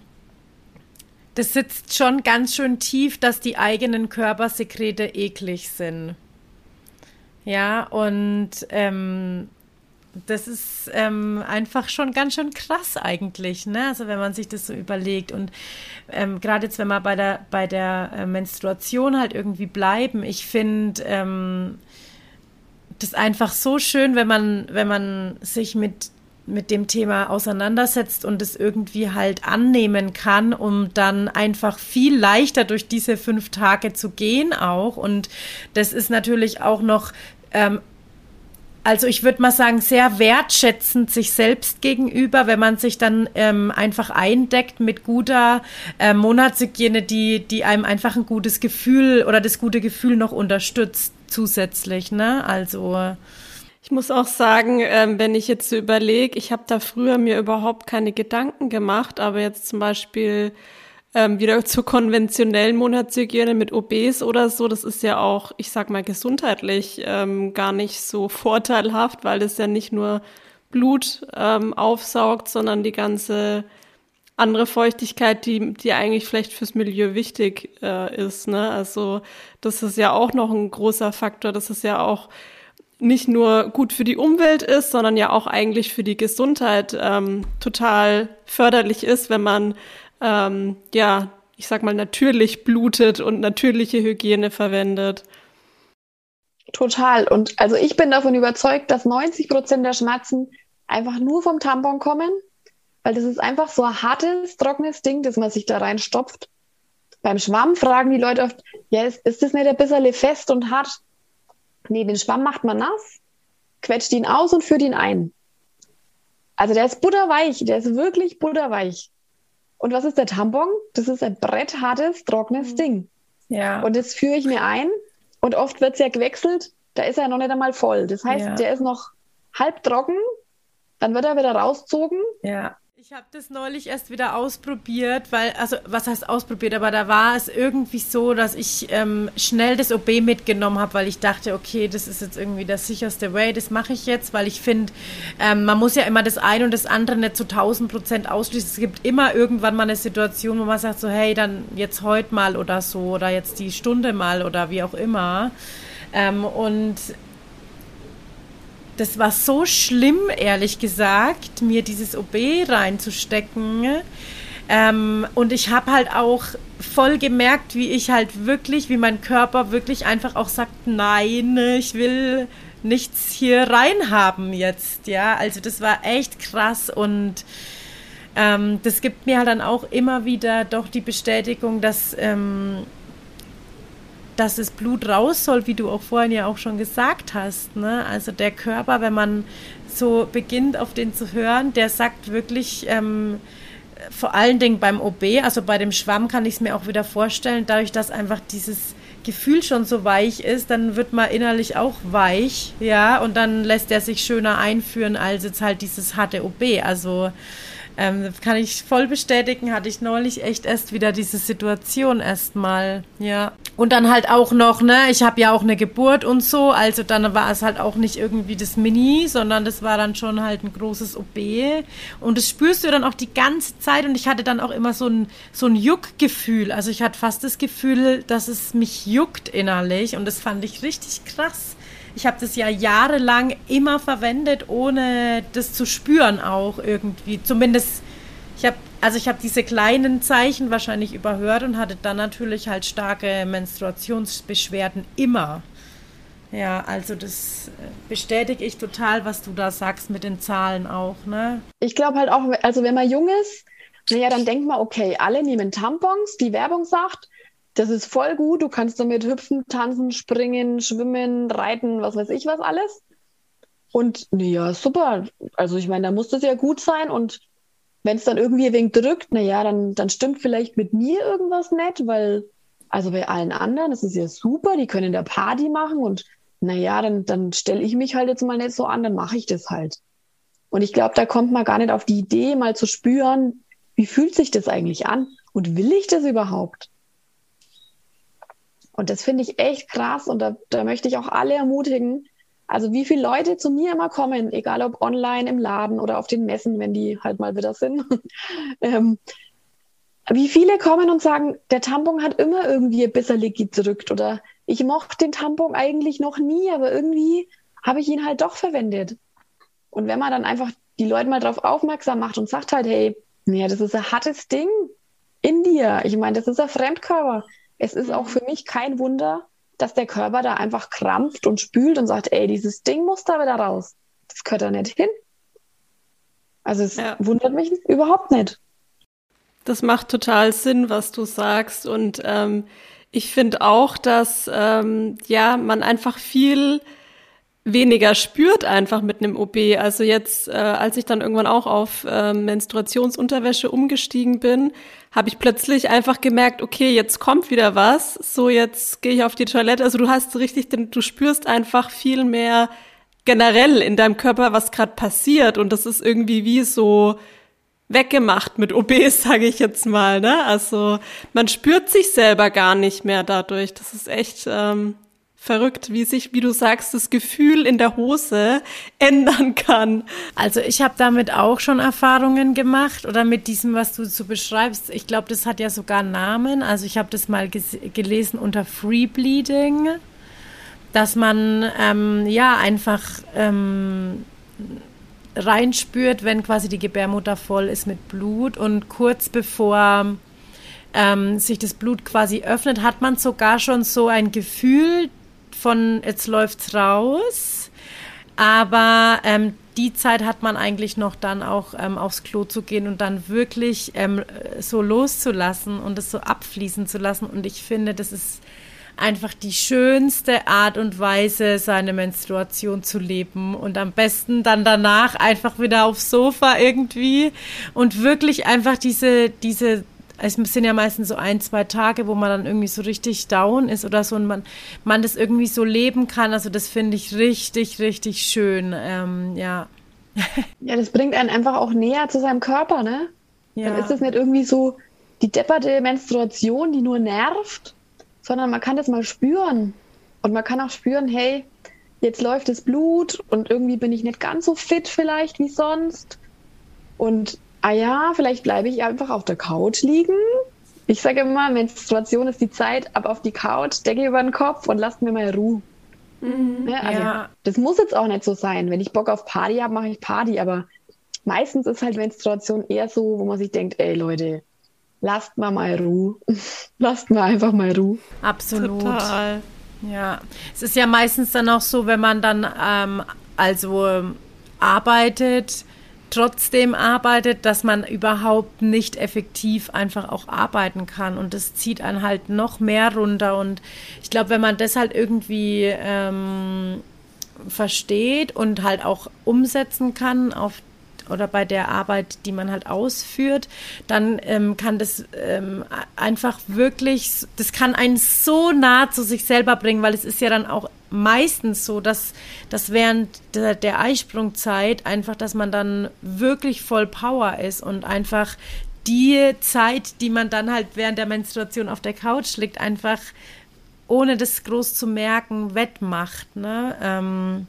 das sitzt schon ganz schön tief, dass die eigenen Körpersekrete eklig sind. Ja, und ähm, das ist ähm, einfach schon ganz schön krass eigentlich, ne? Also wenn man sich das so überlegt und ähm, gerade jetzt, wenn wir bei der bei der äh, Menstruation halt irgendwie bleiben, ich finde ähm, das einfach so schön, wenn man wenn man sich mit mit dem Thema auseinandersetzt und es irgendwie halt annehmen kann, um dann einfach viel leichter durch diese fünf Tage zu gehen auch. Und das ist natürlich auch noch ähm, Also ich würde mal sagen, sehr wertschätzend sich selbst gegenüber, wenn man sich dann ähm, einfach eindeckt mit guter äh, Monatshygiene, die, die einem einfach ein gutes Gefühl oder das gute Gefühl noch unterstützt zusätzlich, ne? Also ich muss auch sagen, ähm, wenn ich jetzt so überlege, ich habe da früher mir überhaupt keine Gedanken gemacht, aber jetzt zum Beispiel ähm, wieder zur konventionellen Monatshygiene mit O Bs oder so. Das ist ja auch, ich sag mal, gesundheitlich ähm, gar nicht so vorteilhaft, weil das ja nicht nur Blut ähm, aufsaugt, sondern die ganze andere Feuchtigkeit, die die eigentlich vielleicht fürs Milieu wichtig äh, ist, ne? Also das ist ja auch noch ein großer Faktor, dass es ja auch nicht nur gut für die Umwelt ist, sondern ja auch eigentlich für die Gesundheit ähm, total förderlich ist, wenn man ähm, ja, ich sag mal, natürlich blutet und natürliche Hygiene verwendet. Total. Und also ich bin davon überzeugt, dass neunzig Prozent der Schmerzen einfach nur vom Tampon kommen. Weil das ist einfach so ein hartes, trockenes Ding, das man sich da reinstopft. Beim Schwamm fragen die Leute oft, ja, ist, ist das nicht ein bisschen fest und hart? Nee, den Schwamm macht man nass, quetscht ihn aus und führt ihn ein. Also der ist butterweich, der ist wirklich butterweich. Und was ist der Tampon? Das ist ein bretthartes, trockenes mhm. Ding. Ja. Und das führe ich mir ein und oft wird es ja gewechselt, da ist er noch nicht einmal voll. Das heißt, ja. der ist noch halb trocken, dann wird er wieder rausgezogen. Ja. Ich habe das neulich erst wieder ausprobiert, weil, also was heißt ausprobiert, aber da war es irgendwie so, dass ich ähm, schnell das O B mitgenommen habe, weil ich dachte, okay, das ist jetzt irgendwie der sicherste Way, das mache ich jetzt, weil ich finde, ähm, man muss ja immer das eine und das andere nicht zu tausend Prozent ausschließen. Es gibt immer irgendwann mal eine Situation, wo man sagt so, hey, dann jetzt heute mal oder so oder jetzt die Stunde mal oder wie auch immer. Ähm, und das war so schlimm, ehrlich gesagt, mir dieses O B reinzustecken. Ähm, und ich habe halt auch voll gemerkt, wie ich halt wirklich, wie mein Körper wirklich einfach auch sagt, nein, ich will nichts hier reinhaben jetzt, ja. Also das war echt krass und ähm, das gibt mir halt dann auch immer wieder doch die Bestätigung, dass ähm, dass das Blut raus soll, wie du auch vorhin ja auch schon gesagt hast, ne? Also der Körper, wenn man so beginnt, auf den zu hören, der sagt wirklich, ähm, vor allen Dingen beim O B, also bei dem Schwamm kann ich es mir auch wieder vorstellen, dadurch, dass einfach dieses Gefühl schon so weich ist, dann wird man innerlich auch weich, ja, und dann lässt er sich schöner einführen als jetzt halt dieses harte O B, also Ähm, kann ich voll bestätigen, hatte ich neulich echt erst wieder diese Situation erstmal, ja. Und dann halt auch noch, ne, ich habe ja auch eine Geburt und so, also dann war es halt auch nicht irgendwie das Mini, sondern das war dann schon halt ein großes O B und das spürst du dann auch die ganze Zeit und ich hatte dann auch immer so ein, so ein Juckgefühl, also ich hatte fast das Gefühl, dass es mich juckt innerlich und das fand ich richtig krass. Ich habe das ja jahrelang immer verwendet, ohne das zu spüren auch irgendwie. Zumindest, ich habe, also ich habe diese kleinen Zeichen wahrscheinlich überhört und hatte dann natürlich halt starke Menstruationsbeschwerden immer. Ja, also das bestätige ich total, was du da sagst mit den Zahlen auch, ne? Ich glaube halt auch, also wenn man jung ist, naja, dann denkt man, okay, alle nehmen Tampons, die Werbung sagt, das ist voll gut, du kannst damit hüpfen, tanzen, springen, schwimmen, reiten, was weiß ich was alles. Und ja, super. Also ich meine, da muss das ja gut sein. Und wenn es dann irgendwie ein wenig drückt, naja, dann, dann stimmt vielleicht mit mir irgendwas nicht, weil, also bei allen anderen, das ist ja super, die können da Party machen und naja, dann, dann stelle ich mich halt jetzt mal nicht so an, dann mache ich das halt. Und ich glaube, da kommt man gar nicht auf die Idee, mal zu spüren, wie fühlt sich das eigentlich an? Und will ich das überhaupt? Und das finde ich echt krass und da, da möchte ich auch alle ermutigen, also wie viele Leute zu mir immer kommen, egal ob online, im Laden oder auf den Messen, wenn die halt mal wieder sind. ähm, wie viele kommen und sagen, der Tampon hat immer irgendwie ein bisschen gedrückt oder ich mochte den Tampon eigentlich noch nie, aber irgendwie habe ich ihn halt doch verwendet. Und wenn man dann einfach die Leute mal drauf aufmerksam macht und sagt halt, hey, ja, das ist ein hartes Ding in dir. Ich meine, das ist ein Fremdkörper. Es ist auch für mich kein Wunder, dass der Körper da einfach krampft und spült und sagt, ey, dieses Ding muss da wieder raus. Das gehört da nicht hin. Also es ja. wundert mich überhaupt nicht. Das macht total Sinn, was du sagst. Und ähm, ich finde auch, dass ähm, ja man einfach viel weniger spürt einfach mit einem O B. Also jetzt, äh, als ich dann irgendwann auch auf äh, Menstruationsunterwäsche umgestiegen bin, habe ich plötzlich einfach gemerkt, okay, jetzt kommt wieder was, so jetzt gehe ich auf die Toilette. Also du hast richtig, du spürst einfach viel mehr generell in deinem Körper, was gerade passiert und das ist irgendwie wie so, weggemacht mit O Bs, sage ich jetzt mal, ne? Also man spürt sich selber gar nicht mehr dadurch. Das ist echt ähm, verrückt, wie sich, wie du sagst, das Gefühl in der Hose ändern kann. Also ich habe damit auch schon Erfahrungen gemacht oder mit diesem, was du so beschreibst. Ich glaube, das hat ja sogar einen Namen. Also ich habe das mal ges- gelesen unter Free Bleeding, dass man ähm, ja einfach ähm, reinspürt, wenn quasi die Gebärmutter voll ist mit Blut und kurz bevor ähm, sich das Blut quasi öffnet, hat man sogar schon so ein Gefühl von, jetzt läuft's raus, aber ähm, die Zeit hat man eigentlich noch dann auch ähm, aufs Klo zu gehen und dann wirklich ähm, so loszulassen und es so abfließen zu lassen und ich finde, das ist einfach die schönste Art und Weise, seine Menstruation zu leben und am besten dann danach einfach wieder aufs Sofa irgendwie und wirklich einfach diese, diese, es sind ja meistens so ein, zwei Tage, wo man dann irgendwie so richtig down ist oder so und man, man das irgendwie so leben kann, also das finde ich richtig, richtig schön, ähm, ja. Ja, das bringt einen einfach auch näher zu seinem Körper, ne? Ja. Dann ist es nicht irgendwie so die depperte Menstruation, die nur nervt, sondern man kann das mal spüren. Und man kann auch spüren, hey, jetzt läuft das Blut und irgendwie bin ich nicht ganz so fit vielleicht wie sonst. Und, ah ja, vielleicht bleibe ich einfach auf der Couch liegen. Ich sage immer, Menstruation ist die Zeit, ab auf die Couch, Decke über den Kopf und lasst mir mal Ruhe. Mhm, ja, also, ja. Das muss jetzt auch nicht so sein. Wenn ich Bock auf Party habe, mache ich Party. Aber meistens ist halt Menstruation eher so, wo man sich denkt, ey Leute, lasst mal mal Ruhe. Lasst mal einfach mal Ruhe. Absolut. Total. Ja. Es ist ja meistens dann auch so, wenn man dann ähm, also ähm, arbeitet, trotzdem arbeitet, dass man überhaupt nicht effektiv einfach auch arbeiten kann. Und das zieht einen halt noch mehr runter. Und ich glaube, wenn man das halt irgendwie ähm, versteht und halt auch umsetzen kann auf oder bei der Arbeit, die man halt ausführt, dann ähm, kann das ähm, einfach wirklich, das kann einen so nah zu sich selber bringen, weil es ist ja dann auch meistens so, dass, dass während der, der Eisprungzeit einfach, dass man dann wirklich voll Power ist und einfach die Zeit, die man dann halt während der Menstruation auf der Couch liegt, einfach ohne das groß zu merken, wettmacht, ne? Ähm,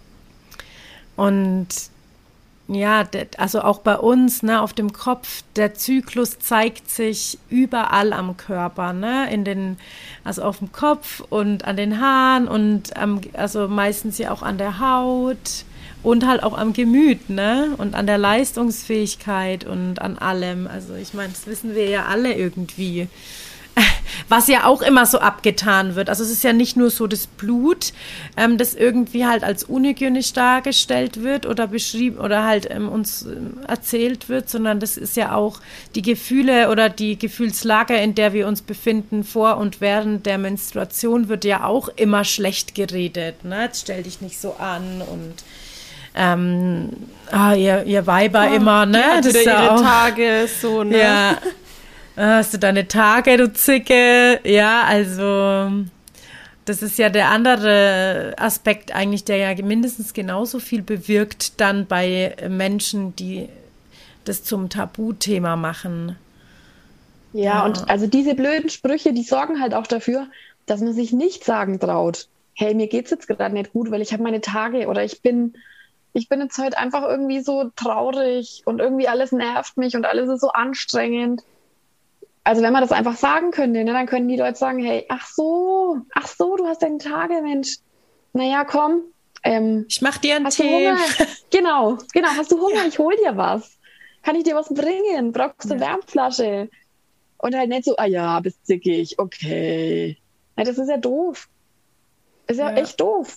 und ja, also auch bei uns, ne, auf dem Kopf, der Zyklus zeigt sich überall am Körper, ne, in den, also auf dem Kopf und an den Haaren und am, also meistens ja auch an der Haut und halt auch am Gemüt, ne, und an der Leistungsfähigkeit und an allem. Also ich meine, das wissen wir ja alle irgendwie. Was ja auch immer so abgetan wird. Also es ist ja nicht nur so das Blut, ähm, das irgendwie halt als unhygienisch dargestellt wird oder beschrieben oder halt ähm, uns ähm, erzählt wird, sondern das ist ja auch die Gefühle oder die Gefühlslage, in der wir uns befinden, vor und während der Menstruation wird ja auch immer schlecht geredet. Ne? Jetzt stell dich nicht so an und ähm, ah, ihr, ihr Weiber oh, immer, ne? Das ist ja ihre auch, Tage, so, ne? Ja. Hast du deine Tage, du Zicke? Ja, also das ist ja der andere Aspekt eigentlich, der ja mindestens genauso viel bewirkt dann bei Menschen, die das zum Tabuthema machen. Ja, ja, und also diese blöden Sprüche, die sorgen halt auch dafür, dass man sich nicht sagen traut, hey, mir geht's jetzt gerade nicht gut, weil ich habe meine Tage oder ich bin, ich bin jetzt heute einfach irgendwie so traurig und irgendwie alles nervt mich und alles ist so anstrengend. Also wenn man das einfach sagen könnte, ne, dann können die Leute sagen, hey, ach so, ach so, du hast deine Tage, Mensch. Naja, komm. Ähm, ich mach dir einen hast Tee. Du Hunger? Genau, genau. Hast du Hunger? Ja. Ich hol dir was. Kann ich dir was bringen? Brauchst du eine ja. Wärmflasche? Und halt nicht so, ah ja, bist zickig, okay. Ja, das ist ja doof. Ist ja, ja. echt doof.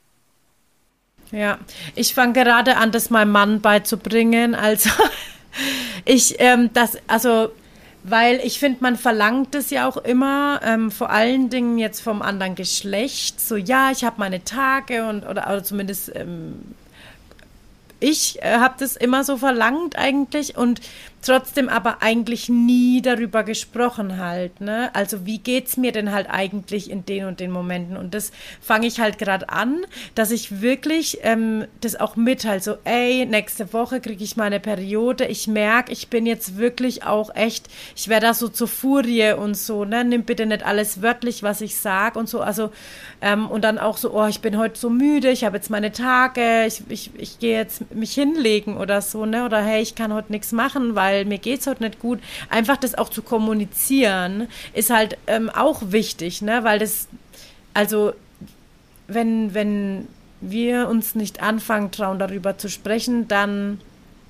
Ja, ich fange gerade an, das meinem Mann beizubringen. Also ich, ähm, das, also weil ich finde, man verlangt es ja auch immer, ähm, vor allen Dingen jetzt vom anderen Geschlecht, so ja, ich habe meine Tage und oder, oder zumindest ähm, ich äh, habe das immer so verlangt eigentlich und trotzdem aber eigentlich nie darüber gesprochen halt, ne? Also wie geht's mir denn halt eigentlich in den und den Momenten? Und das fange ich halt gerade an, dass ich wirklich ähm, das auch mitteile, so ey, nächste Woche kriege ich meine Periode, ich merke, ich bin jetzt wirklich auch echt, ich werde da so zur Furie und so, ne? Nimm bitte nicht alles wörtlich, was ich sage und so, also ähm, und dann auch so, oh, ich bin heute so müde, ich habe jetzt meine Tage, ich, ich, ich gehe jetzt mich hinlegen oder so, ne? Oder hey, ich kann heute nichts machen, weil weil mir geht's heute nicht gut. Einfach das auch zu kommunizieren ist halt ähm, auch wichtig, ne? Weil das, also wenn, wenn wir uns nicht anfangen trauen, darüber zu sprechen, dann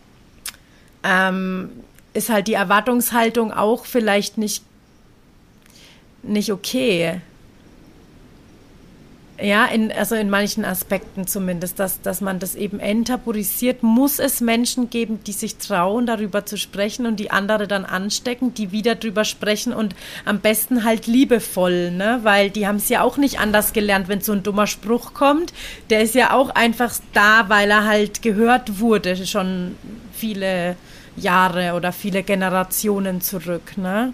ähm, ist halt die Erwartungshaltung auch vielleicht nicht, nicht okay. Ja, in, also in manchen Aspekten zumindest, dass, dass man das eben enttabuisiert, muss es Menschen geben, die sich trauen, darüber zu sprechen und die andere dann anstecken, die wieder drüber sprechen und am besten halt liebevoll, ne, weil die haben es ja auch nicht anders gelernt, wenn so ein dummer Spruch kommt, der ist ja auch einfach da, weil er halt gehört wurde, schon viele Jahre oder viele Generationen zurück, ne.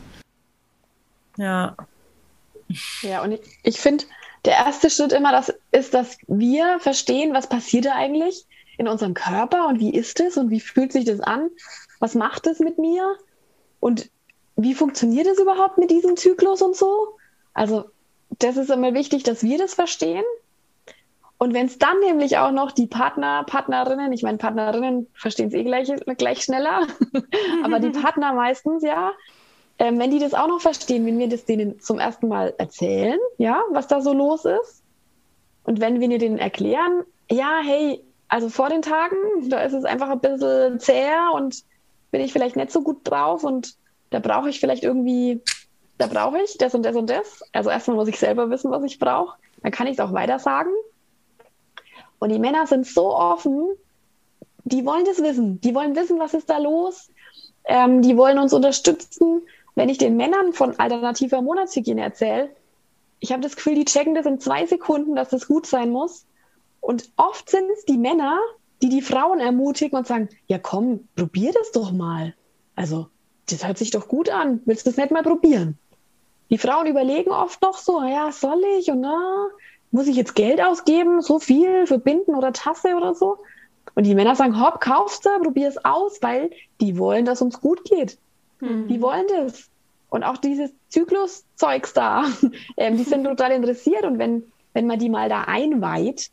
Ja. Ja, und ich, ich finde, der erste Schritt immer das ist, dass wir verstehen, was passiert da eigentlich in unserem Körper und wie ist es und wie fühlt sich das an? Was macht es mit mir? Und wie funktioniert es überhaupt mit diesem Zyklus und so? Also das ist immer wichtig, dass wir das verstehen. Und wenn es dann nämlich auch noch die Partner, Partnerinnen, ich meine Partnerinnen verstehen es eh gleich, gleich schneller, aber die Partner meistens, ja, Ähm, wenn die das auch noch verstehen, wenn wir das denen zum ersten Mal erzählen, ja, was da so los ist, und wenn wir denen erklären, ja, hey, also vor den Tagen, da ist es einfach ein bisschen zäher und bin ich vielleicht nicht so gut drauf und da brauche ich vielleicht irgendwie, da brauche ich das und das und das. Also erstmal muss ich selber wissen, was ich brauche, dann kann ich es auch weiter sagen. Und die Männer sind so offen, die wollen das wissen, die wollen wissen, was ist da los, ähm, die wollen uns unterstützen. Wenn ich den Männern von alternativer Monatshygiene erzähle, ich habe das Gefühl, die checken das in zwei Sekunden, dass das gut sein muss. Und oft sind es die Männer, die die Frauen ermutigen und sagen, ja komm, probier das doch mal. Also, das hört sich doch gut an. Willst du das nicht mal probieren? Die Frauen überlegen oft noch so, ja, soll ich? Und na, muss ich jetzt Geld ausgeben? So viel für Binden oder Tasse oder so? Und die Männer sagen, hopp, kaufst du, probier es aus, weil die wollen, dass uns gut geht. Mhm. Die wollen das. Und auch dieses Zyklus-Zeugs da, ähm, die sind total interessiert. Und wenn, wenn man die mal da einweiht,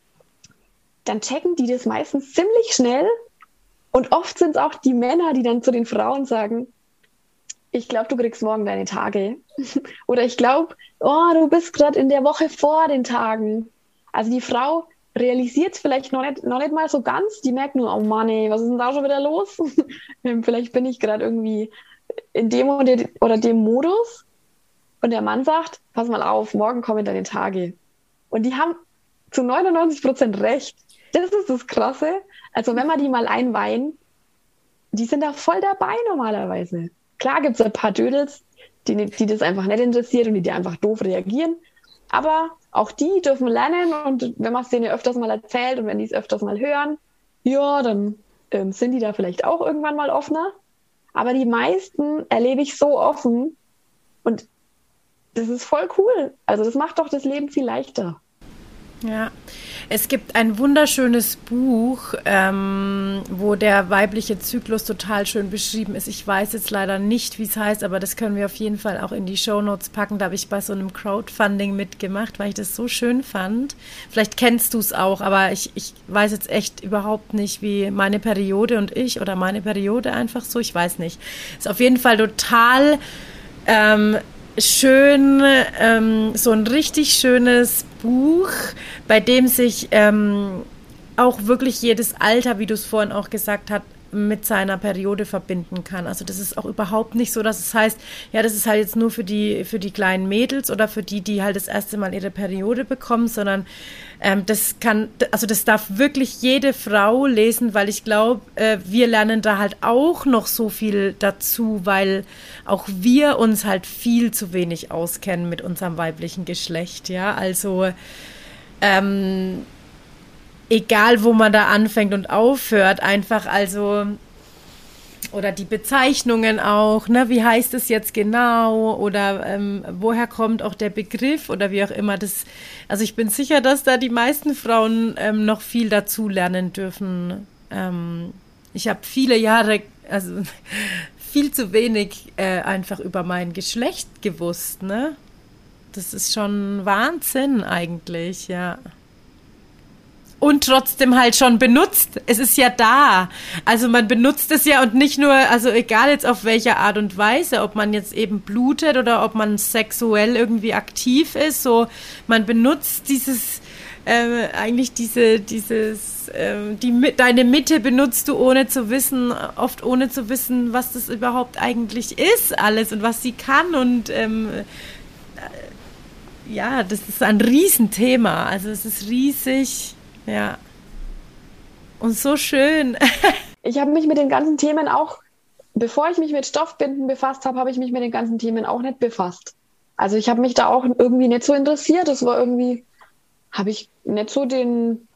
dann checken die das meistens ziemlich schnell. Und oft sind es auch die Männer, die dann zu den Frauen sagen, ich glaube, du kriegst morgen deine Tage. Oder ich glaube, oh, du bist gerade in der Woche vor den Tagen. Also die Frau realisiert es vielleicht noch nicht, noch nicht mal so ganz. Die merkt nur, oh Mann, ey, was ist denn da schon wieder los? Vielleicht bin ich gerade irgendwie in dem oder dem Modus. Und der Mann sagt, pass mal auf, morgen kommen deine Tage. Und die haben zu neunundneunzig Prozent recht. Das ist das Krasse. Also wenn wir die mal einweihen, die sind da voll dabei normalerweise. Klar gibt es ein paar Dödels, die, die das einfach nicht interessiert und die, die einfach doof reagieren. Aber auch die dürfen lernen und wenn man es denen öfters mal erzählt und wenn die es öfters mal hören, ja, dann ähm, sind die da vielleicht auch irgendwann mal offener. Aber die meisten erlebe ich so offen und das ist voll cool. Also das macht doch das Leben viel leichter. Ja, es gibt ein wunderschönes Buch, ähm, wo der weibliche Zyklus total schön beschrieben ist. Ich weiß jetzt leider nicht, wie es heißt, aber das können wir auf jeden Fall auch in die Shownotes packen. Da habe ich bei so einem Crowdfunding mitgemacht, weil ich das so schön fand. Vielleicht kennst du es auch, aber ich, ich weiß jetzt echt überhaupt nicht, wie meine Periode und ich oder meine Periode einfach so, ich weiß nicht. Ist auf jeden Fall total ähm, schön, ähm, so ein richtig schönes Buch, bei dem sich ähm, auch wirklich jedes Alter, wie du es vorhin auch gesagt hast, mit seiner Periode verbinden kann. Also das ist auch überhaupt nicht so, dass es heißt, ja, das ist halt jetzt nur für die für die kleinen Mädels oder für die, die halt das erste Mal ihre Periode bekommen, sondern ähm, das kann, also das darf wirklich jede Frau lesen, weil ich glaube, äh, wir lernen da halt auch noch so viel dazu, weil auch wir uns halt viel zu wenig auskennen mit unserem weiblichen Geschlecht, ja, also ähm, egal, wo man da anfängt und aufhört, einfach, also oder die Bezeichnungen auch, ne? Wie heißt es jetzt genau oder ähm, woher kommt auch der Begriff oder wie auch immer das. Also ich bin sicher, dass da die meisten Frauen ähm, noch viel dazu lernen dürfen. Ähm, ich habe viele Jahre, also viel zu wenig äh, einfach über mein Geschlecht gewusst, ne? Das ist schon Wahnsinn eigentlich, ja. Und trotzdem halt schon benutzt. Es ist ja da. Also man benutzt es ja und nicht nur, also egal jetzt auf welche Art und Weise, ob man jetzt eben blutet oder ob man sexuell irgendwie aktiv ist, so man benutzt dieses, äh, eigentlich diese, dieses, äh, die, deine Mitte benutzt du ohne zu wissen, oft ohne zu wissen, was das überhaupt eigentlich ist alles und was sie kann und ähm, ja, das ist ein Riesenthema. Also es ist riesig. Ja. Und so schön. Ich habe mich mit den ganzen Themen auch, bevor ich mich mit Stoffbinden befasst habe, habe ich mich mit den ganzen Themen auch nicht befasst. Also ich habe mich da auch irgendwie nicht so interessiert. Das war irgendwie, habe ich nicht so den,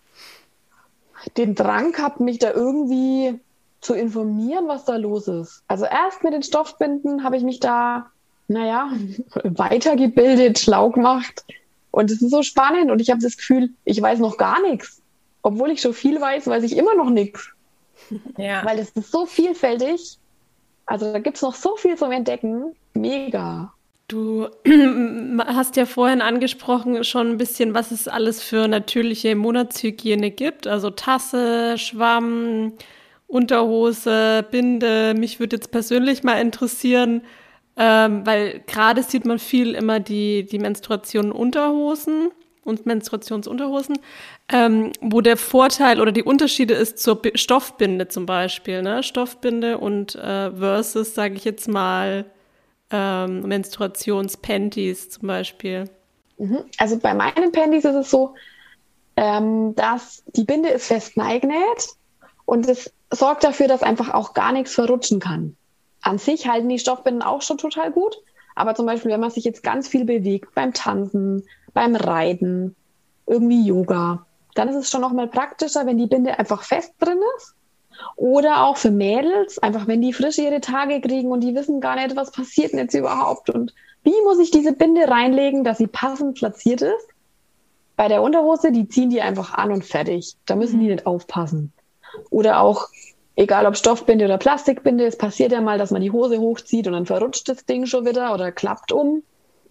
den Drang gehabt, mich da irgendwie zu informieren, was da los ist. Also erst mit den Stoffbinden habe ich mich da, naja, weitergebildet, schlau gemacht. Und es ist so spannend und ich habe das Gefühl, ich weiß noch gar nichts. Obwohl ich schon viel weiß, weiß ich immer noch nichts. Ja. Weil es ist so vielfältig. Also da gibt es noch so viel zum Entdecken. Mega. Du hast ja vorhin angesprochen schon ein bisschen, was es alles für natürliche Monatshygiene gibt. Also Tasse, Schwamm, Unterhose, Binde. Mich würde jetzt persönlich mal interessieren, ähm, weil gerade sieht man viel immer die, die Menstruationsunterhosen und Menstruationsunterhosen, ähm, wo der Vorteil oder die Unterschiede ist zur B- Stoffbinde zum Beispiel, ne? Stoffbinde und äh, versus, sage ich jetzt mal, ähm, Menstruationspanties zum Beispiel. Also bei meinen Panties ist es so, ähm, dass die Binde ist fest neigenäht und es sorgt dafür, dass einfach auch gar nichts verrutschen kann. An sich halten die Stoffbinden auch schon total gut, aber zum Beispiel, wenn man sich jetzt ganz viel bewegt beim Tanzen, beim Reiten, irgendwie Yoga, dann ist es schon noch mal praktischer, wenn die Binde einfach fest drin ist. Oder auch für Mädels, einfach wenn die frisch ihre Tage kriegen und die wissen gar nicht, was passiert denn jetzt überhaupt und wie muss ich diese Binde reinlegen, dass sie passend platziert ist. Bei der Unterhose, die ziehen die einfach an und fertig. Da müssen die nicht aufpassen. Oder auch, egal ob Stoffbinde oder Plastikbinde, es passiert ja mal, dass man die Hose hochzieht und dann verrutscht das Ding schon wieder oder klappt um.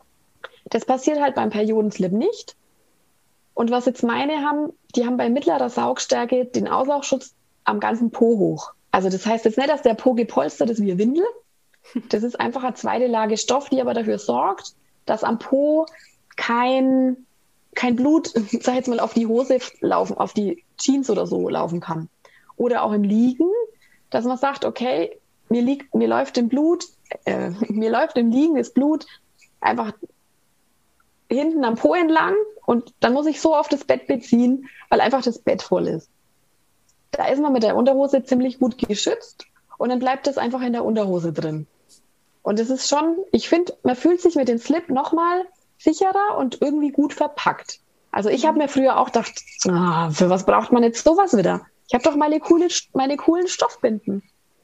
Das passiert halt beim Periodenslip nicht. Und was jetzt meine haben, die haben bei mittlerer Saugstärke den Auslaufschutz am ganzen Po hoch. Also das heißt jetzt nicht, dass der Po gepolstert ist wie eine Windel. Das ist einfach eine zweite Lage Stoff, die aber dafür sorgt, dass am Po kein, kein Blut, sag ich jetzt mal, auf die Hose laufen, auf die Jeans oder so laufen kann. Oder auch im Liegen, dass man sagt, okay, mir liegt, mir läuft im Blut, äh, mir läuft im Liegen das Blut einfach hinten am Po entlang und dann muss ich so auf das Bett beziehen, weil einfach das Bett voll ist. Da ist man mit der Unterhose ziemlich gut geschützt und dann bleibt das einfach in der Unterhose drin. Und es ist schon, ich finde, man fühlt sich mit dem Slip nochmal sicherer und irgendwie gut verpackt. Also ich habe mir früher auch gedacht, ah, für was braucht man jetzt sowas wieder? Ich habe doch meine, coole, meine coolen Stoffbinden.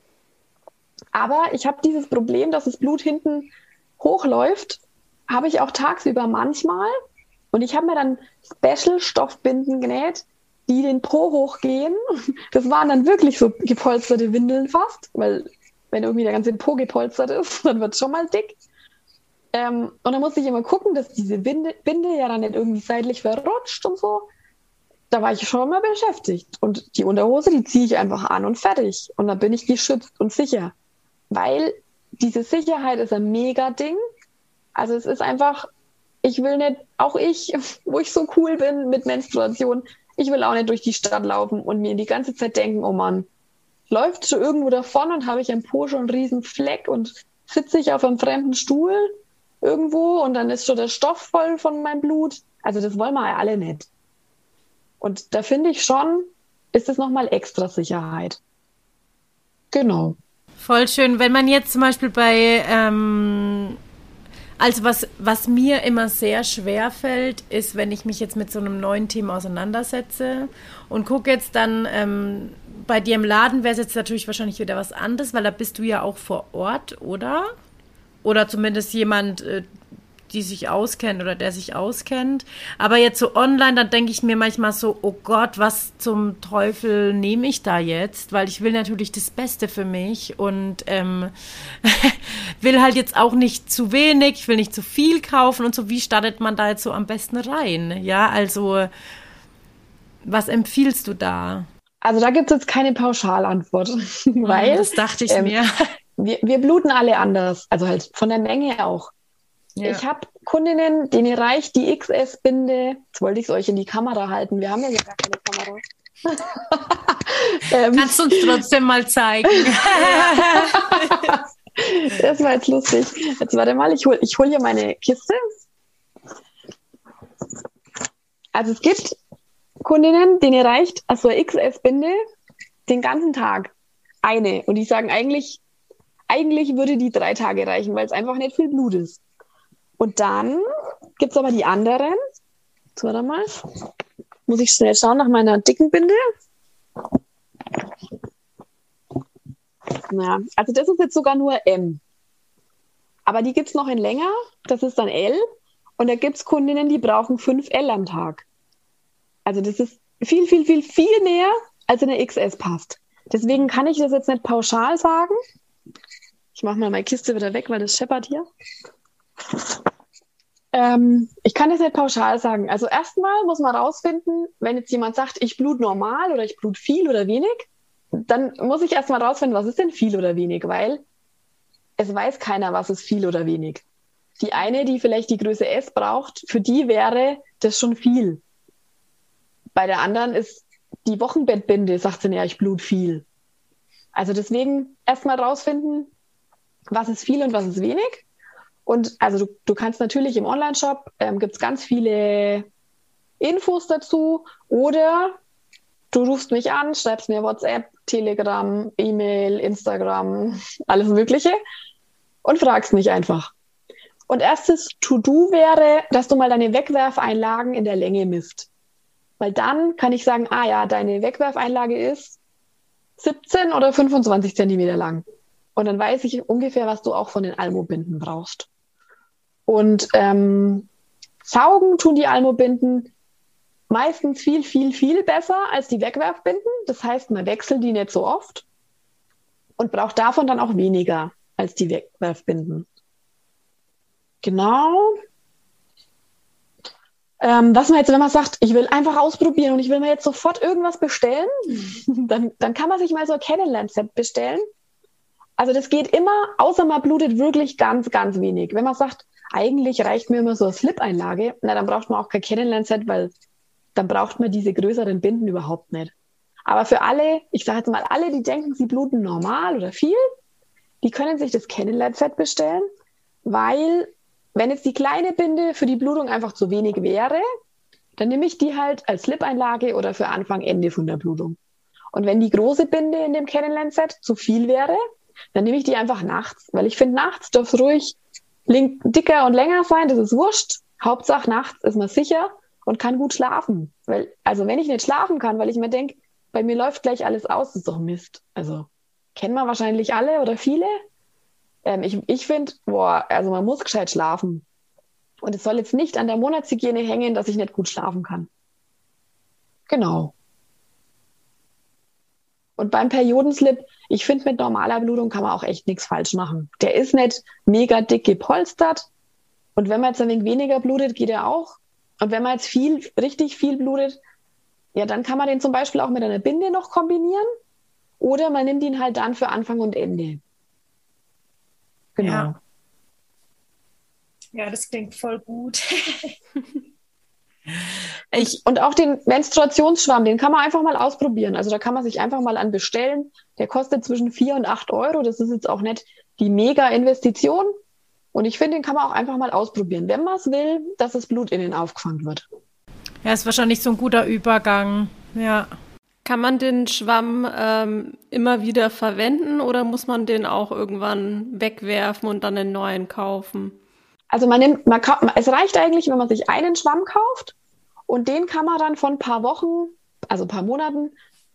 Aber ich habe dieses Problem, dass das Blut hinten hochläuft, habe ich auch tagsüber manchmal. Und ich habe mir dann Special-Stoffbinden genäht, die den Po hochgehen. Das waren dann wirklich so gepolsterte Windeln fast, weil wenn irgendwie der ganze Po gepolstert ist, dann wird es schon mal dick. Ähm, und dann musste ich immer gucken, dass diese Binde, Binde ja dann nicht irgendwie seitlich verrutscht und so. Da war ich schon mal beschäftigt. Und die Unterhose, die ziehe ich einfach an und fertig. Und dann bin ich geschützt und sicher. Weil diese Sicherheit ist ein Mega-Ding. Also es ist einfach, ich will nicht, auch ich, wo ich so cool bin mit Menstruation, ich will auch nicht durch die Stadt laufen und mir die ganze Zeit denken, oh Mann, läuft schon irgendwo davon und habe ich am Po schon einen riesen Fleck und sitze ich auf einem fremden Stuhl irgendwo und dann ist schon der Stoff voll von meinem Blut. Also das wollen wir ja alle nicht. Und da finde ich schon, ist es nochmal extra Sicherheit. Genau. Voll schön. Wenn man jetzt zum Beispiel bei, ähm, also was, was mir immer sehr schwer fällt, ist, wenn ich mich jetzt mit so einem neuen Thema auseinandersetze und gucke jetzt dann, ähm, bei dir im Laden wäre es jetzt natürlich wahrscheinlich wieder was anderes, weil da bist du ja auch vor Ort, oder? Oder zumindest jemand, äh, die sich auskennt oder der sich auskennt. Aber jetzt so online, dann denke ich mir manchmal so, oh Gott, was zum Teufel nehme ich da jetzt? Weil ich will natürlich das Beste für mich und ähm, will halt jetzt auch nicht zu wenig, ich will nicht zu viel kaufen und so. Wie startet man da jetzt so am besten rein? Ja, also was empfiehlst du da? Also da gibt es jetzt keine Pauschalantwort, weil das dachte ich ähm, mir. Wir, wir bluten alle anders, also halt von der Menge auch. Ja. Ich habe Kundinnen, denen reicht die X S-Binde. Jetzt wollte ich es euch in die Kamera halten. Wir haben ja gar keine Kamera. ähm, Kannst du uns trotzdem mal zeigen? Das war jetzt lustig. Jetzt warte mal, ich hole ich hol hier meine Kiste. Also es gibt Kundinnen, denen reicht also eine X S-Binde den ganzen Tag. Eine. Und die sagen eigentlich, eigentlich würde die drei Tage reichen, weil es einfach nicht viel Blut ist. Und dann gibt es aber die anderen. Jetzt warte mal. Muss ich schnell schauen nach meiner dicken Binde. Ja, also das ist jetzt sogar nur M. Aber die gibt es noch in länger. Das ist dann L. Und da gibt es Kundinnen, die brauchen fünf L am Tag. Also das ist viel, viel, viel, viel mehr, als in der X S passt. Deswegen kann ich das jetzt nicht pauschal sagen. Ich mache mal meine Kiste wieder weg, weil das scheppert hier. Ähm, ich kann das nicht pauschal sagen. Also erstmal muss man rausfinden, wenn jetzt jemand sagt, ich blute normal oder ich blute viel oder wenig, dann muss ich erstmal rausfinden, was ist denn viel oder wenig, weil es weiß keiner, was ist viel oder wenig. Die eine, die vielleicht die Größe S braucht, für die wäre das schon viel. Bei der anderen ist die Wochenbettbinde, sagt sie, ja, ich blute viel. Also deswegen erstmal rausfinden, was ist viel und was ist wenig. Und also du, du kannst natürlich im Online-Shop, ähm, gibt es ganz viele Infos dazu, oder du rufst mich an, schreibst mir WhatsApp, Telegram, E-Mail, Instagram, alles Mögliche und fragst mich einfach. Und erstes To-Do wäre, dass du mal deine Wegwerfeinlagen in der Länge misst. Weil dann kann ich sagen, ah ja, deine Wegwerfeinlage ist siebzehn oder fünfundzwanzig Zentimeter lang. Und dann weiß ich ungefähr, was du auch von den Almobinden brauchst. Und ähm, saugen tun die Almobinden meistens viel, viel, viel besser als die Wegwerfbinden. Das heißt, man wechselt die nicht so oft und braucht davon dann auch weniger als die Wegwerfbinden. Genau. Ähm, was man jetzt, wenn man sagt, ich will einfach ausprobieren und ich will mir jetzt sofort irgendwas bestellen, dann, dann kann man sich mal so ein Kennenlern-Set bestellen. Also das geht immer, außer man blutet wirklich ganz, ganz wenig. Wenn man sagt, eigentlich reicht mir immer so eine Slip-Einlage, na, dann braucht man auch kein Kennenlern-Set, weil dann braucht man diese größeren Binden überhaupt nicht. Aber für alle, ich sage jetzt mal alle, die denken, sie bluten normal oder viel, die können sich das Kennenlern-Set bestellen, weil wenn jetzt die kleine Binde für die Blutung einfach zu wenig wäre, dann nehme ich die halt als Slip-Einlage oder für Anfang, Ende von der Blutung. Und wenn die große Binde in dem Kennenlern-Set zu viel wäre, dann nehme ich die einfach nachts. Weil ich finde, nachts darf es ruhig link- dicker und länger sein, das ist wurscht. Hauptsache nachts ist man sicher und kann gut schlafen. Weil, also wenn ich nicht schlafen kann, weil ich mir denke, bei mir läuft gleich alles aus, das ist doch Mist. Also kennen wir wahrscheinlich alle oder viele. Ähm, ich ich finde, boah, also man muss gescheit schlafen. Und es soll jetzt nicht an der Monatshygiene hängen, dass ich nicht gut schlafen kann. Genau. Und beim Periodenslip, ich finde, mit normaler Blutung kann man auch echt nichts falsch machen. Der ist nicht mega dick gepolstert. Und wenn man jetzt ein wenig weniger blutet, geht er auch. Und wenn man jetzt viel, richtig viel blutet, ja, dann kann man den zum Beispiel auch mit einer Binde noch kombinieren. Oder man nimmt ihn halt dann für Anfang und Ende. Genau. Ja, ja, das klingt voll gut. Ich, und auch den Menstruationsschwamm, den kann man einfach mal ausprobieren. Also da kann man sich einfach mal an bestellen. Der kostet zwischen vier und acht Euro. Das ist jetzt auch nicht die Mega-Investition. Und ich finde, den kann man auch einfach mal ausprobieren, wenn man es will, dass das Blut innen aufgefangen wird. Ja, ist wahrscheinlich so ein guter Übergang. Ja. Kann man den Schwamm ähm, immer wieder verwenden oder muss man den auch irgendwann wegwerfen und dann einen neuen kaufen? Also man nimmt, man kann, es reicht eigentlich, wenn man sich einen Schwamm kauft und den kann man dann von ein paar Wochen, also ein paar Monaten,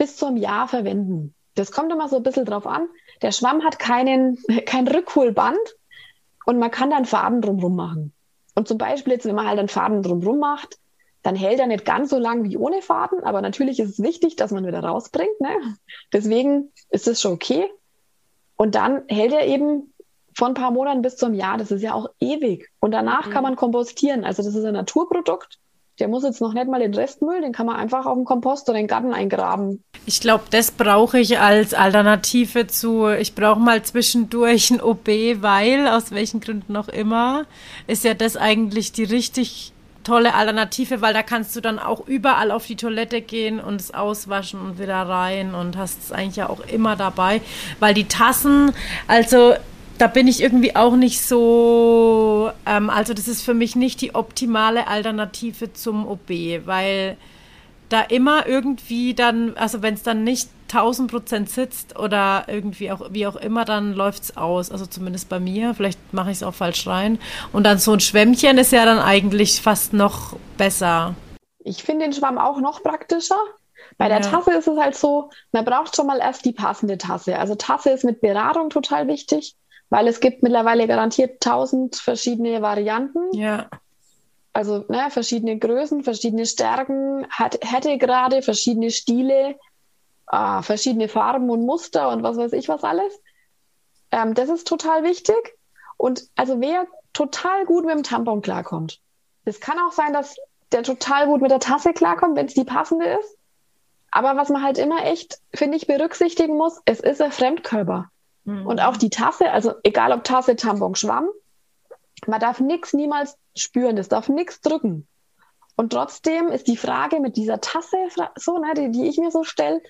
bis zu einem Jahr verwenden. Das kommt immer so ein bisschen drauf an. Der Schwamm hat keinen, kein Rückholband und man kann dann Faden drumherum machen. Und zum Beispiel jetzt, wenn man halt einen Faden drumherum macht, dann hält er nicht ganz so lang wie ohne Faden, aber natürlich ist es wichtig, dass man wieder rausbringt. Ne? Deswegen ist das schon okay. Und dann hält er eben von ein paar Monaten bis zum Jahr. Das ist ja auch ewig. Und danach mhm. kann man kompostieren. Also das ist ein Naturprodukt. Der muss jetzt noch nicht mal den Restmüll, den kann man einfach auf den Kompost oder in den Garten eingraben. Ich glaube, das brauche ich als Alternative zu, ich brauche mal zwischendurch ein O B, weil, aus welchen Gründen auch immer, ist ja das eigentlich die richtig tolle Alternative, weil da kannst du dann auch überall auf die Toilette gehen und es auswaschen und wieder rein und hast es eigentlich ja auch immer dabei, weil die Tassen, also da bin ich irgendwie auch nicht so, ähm, also das ist für mich nicht die optimale Alternative zum O B, weil da immer irgendwie dann, also wenn es dann nicht tausend Prozent sitzt oder irgendwie auch, wie auch immer, dann läuft es aus, also zumindest bei mir, vielleicht mache ich es auch falsch rein. Und dann so ein Schwämmchen ist ja dann eigentlich fast noch besser. Ich finde den Schwamm auch noch praktischer. Bei der ja. Tasse ist es halt so, man braucht schon mal erst die passende Tasse. Also Tasse ist mit Beratung total wichtig, weil es gibt mittlerweile garantiert tausend verschiedene Varianten. Ja. Also ne, verschiedene Größen, verschiedene Stärken, Härtegrade, verschiedene Stile, ah, verschiedene Farben und Muster und was weiß ich was alles. Ähm, das ist total wichtig. Und also wer total gut mit dem Tampon klarkommt, es kann auch sein, dass der total gut mit der Tasse klarkommt, wenn es die passende ist. Aber was man halt immer echt, finde ich, berücksichtigen muss, es ist ein Fremdkörper. Mhm. Und auch die Tasse, also egal ob Tasse, Tampon, Schwamm, man darf nichts niemals spüren, das darf nichts drücken. Und trotzdem ist die Frage mit dieser Tasse, so, ne, die, die ich mir so stelle,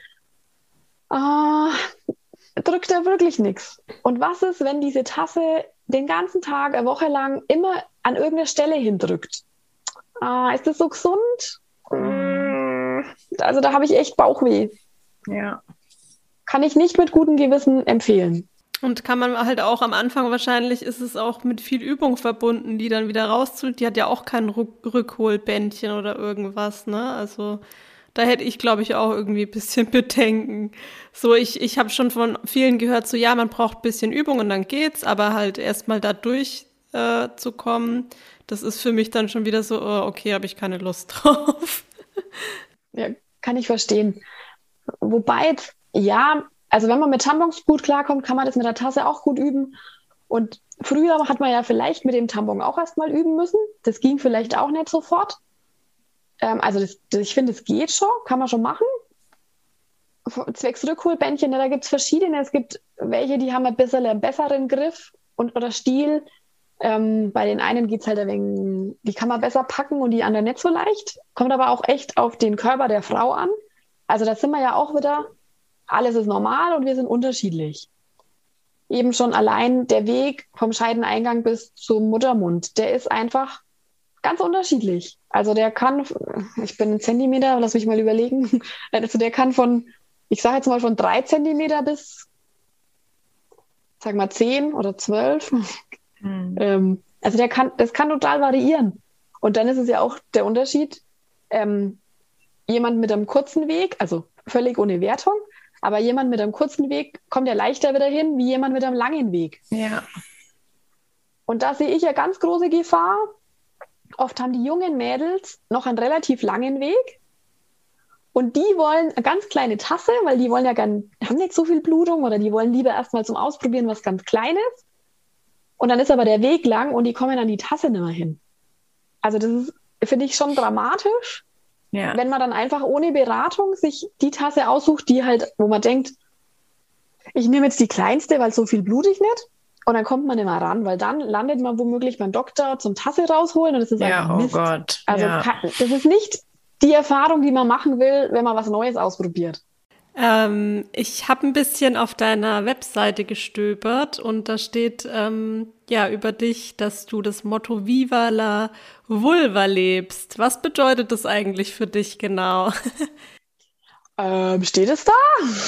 äh, drückt da wirklich nichts. Und was ist, wenn diese Tasse den ganzen Tag, eine Woche lang immer an irgendeine Stelle hindrückt? Äh, ist das so gesund? Mm, also da habe ich echt Bauchweh. Ja. Kann ich nicht mit gutem Gewissen empfehlen. Und kann man halt auch am Anfang, wahrscheinlich ist es auch mit viel Übung verbunden, die dann wieder rauszuholen. Die hat ja auch kein Rück- Rückholbändchen oder irgendwas, ne? Also da hätte ich, glaube ich, auch irgendwie ein bisschen Bedenken. So, ich, ich habe schon von vielen gehört, so ja, man braucht ein bisschen Übung und dann geht's, aber halt erstmal da durchzukommen, äh, das ist für mich dann schon wieder so, oh, okay, habe ich keine Lust drauf. Ja, kann ich verstehen. Wobei, ja, also wenn man mit Tampons gut klarkommt, kann man das mit der Tasse auch gut üben. Und früher hat man ja vielleicht mit dem Tampon auch erstmal üben müssen. Das ging vielleicht auch nicht sofort. Ähm, also das, das, ich finde, es geht schon, kann man schon machen. Zwecks Rückholbändchen, da gibt es verschiedene. Es gibt welche, die haben ein bisschen einen besseren Griff und, oder Stiel. Ähm, bei den einen geht es halt ein wenig, die kann man besser packen und die anderen nicht so leicht. Kommt aber auch echt auf den Körper der Frau an. Also da sind wir ja auch wieder... Alles ist normal und wir sind unterschiedlich. Eben schon allein der Weg vom Scheideneingang bis zum Muttermund, der ist einfach ganz unterschiedlich. Also der kann, ich bin ein Zentimeter, lass mich mal überlegen, also der kann von, ich sage jetzt mal von drei Zentimeter bis, sag mal zehn oder zwölf. Mhm. Ähm, also der kann, das kann total variieren. Und dann ist es ja auch der Unterschied, ähm, jemand mit einem kurzen Weg, also völlig ohne Wertung, aber jemand mit einem kurzen Weg kommt ja leichter wieder hin, wie jemand mit einem langen Weg. Ja. Und da sehe ich ja ganz große Gefahr. Oft haben die jungen Mädels noch einen relativ langen Weg. Und die wollen eine ganz kleine Tasse, weil die wollen ja gern, haben nicht so viel Blutung oder die wollen lieber erstmal zum Ausprobieren was ganz Kleines. Und dann ist aber der Weg lang und die kommen an die Tasse nicht mehr hin. Also das ist, finde ich, schon dramatisch. Ja. Wenn man dann einfach ohne Beratung sich die Tasse aussucht, die halt, wo man denkt, ich nehme jetzt die kleinste, weil so viel blutig nicht. Und dann kommt man nicht mehr ran, weil dann landet man womöglich beim Doktor zum Tasse rausholen und das ist ja, einfach Mist. Oh Gott. Also ja. kann, das ist nicht die Erfahrung, die man machen will, wenn man was Neues ausprobiert. Ähm, ich habe ein bisschen auf deiner Webseite gestöbert und da steht ähm, ja über dich, dass du das Motto Viva la Vulva lebst. Was bedeutet das eigentlich für dich genau? Ähm, steht es da?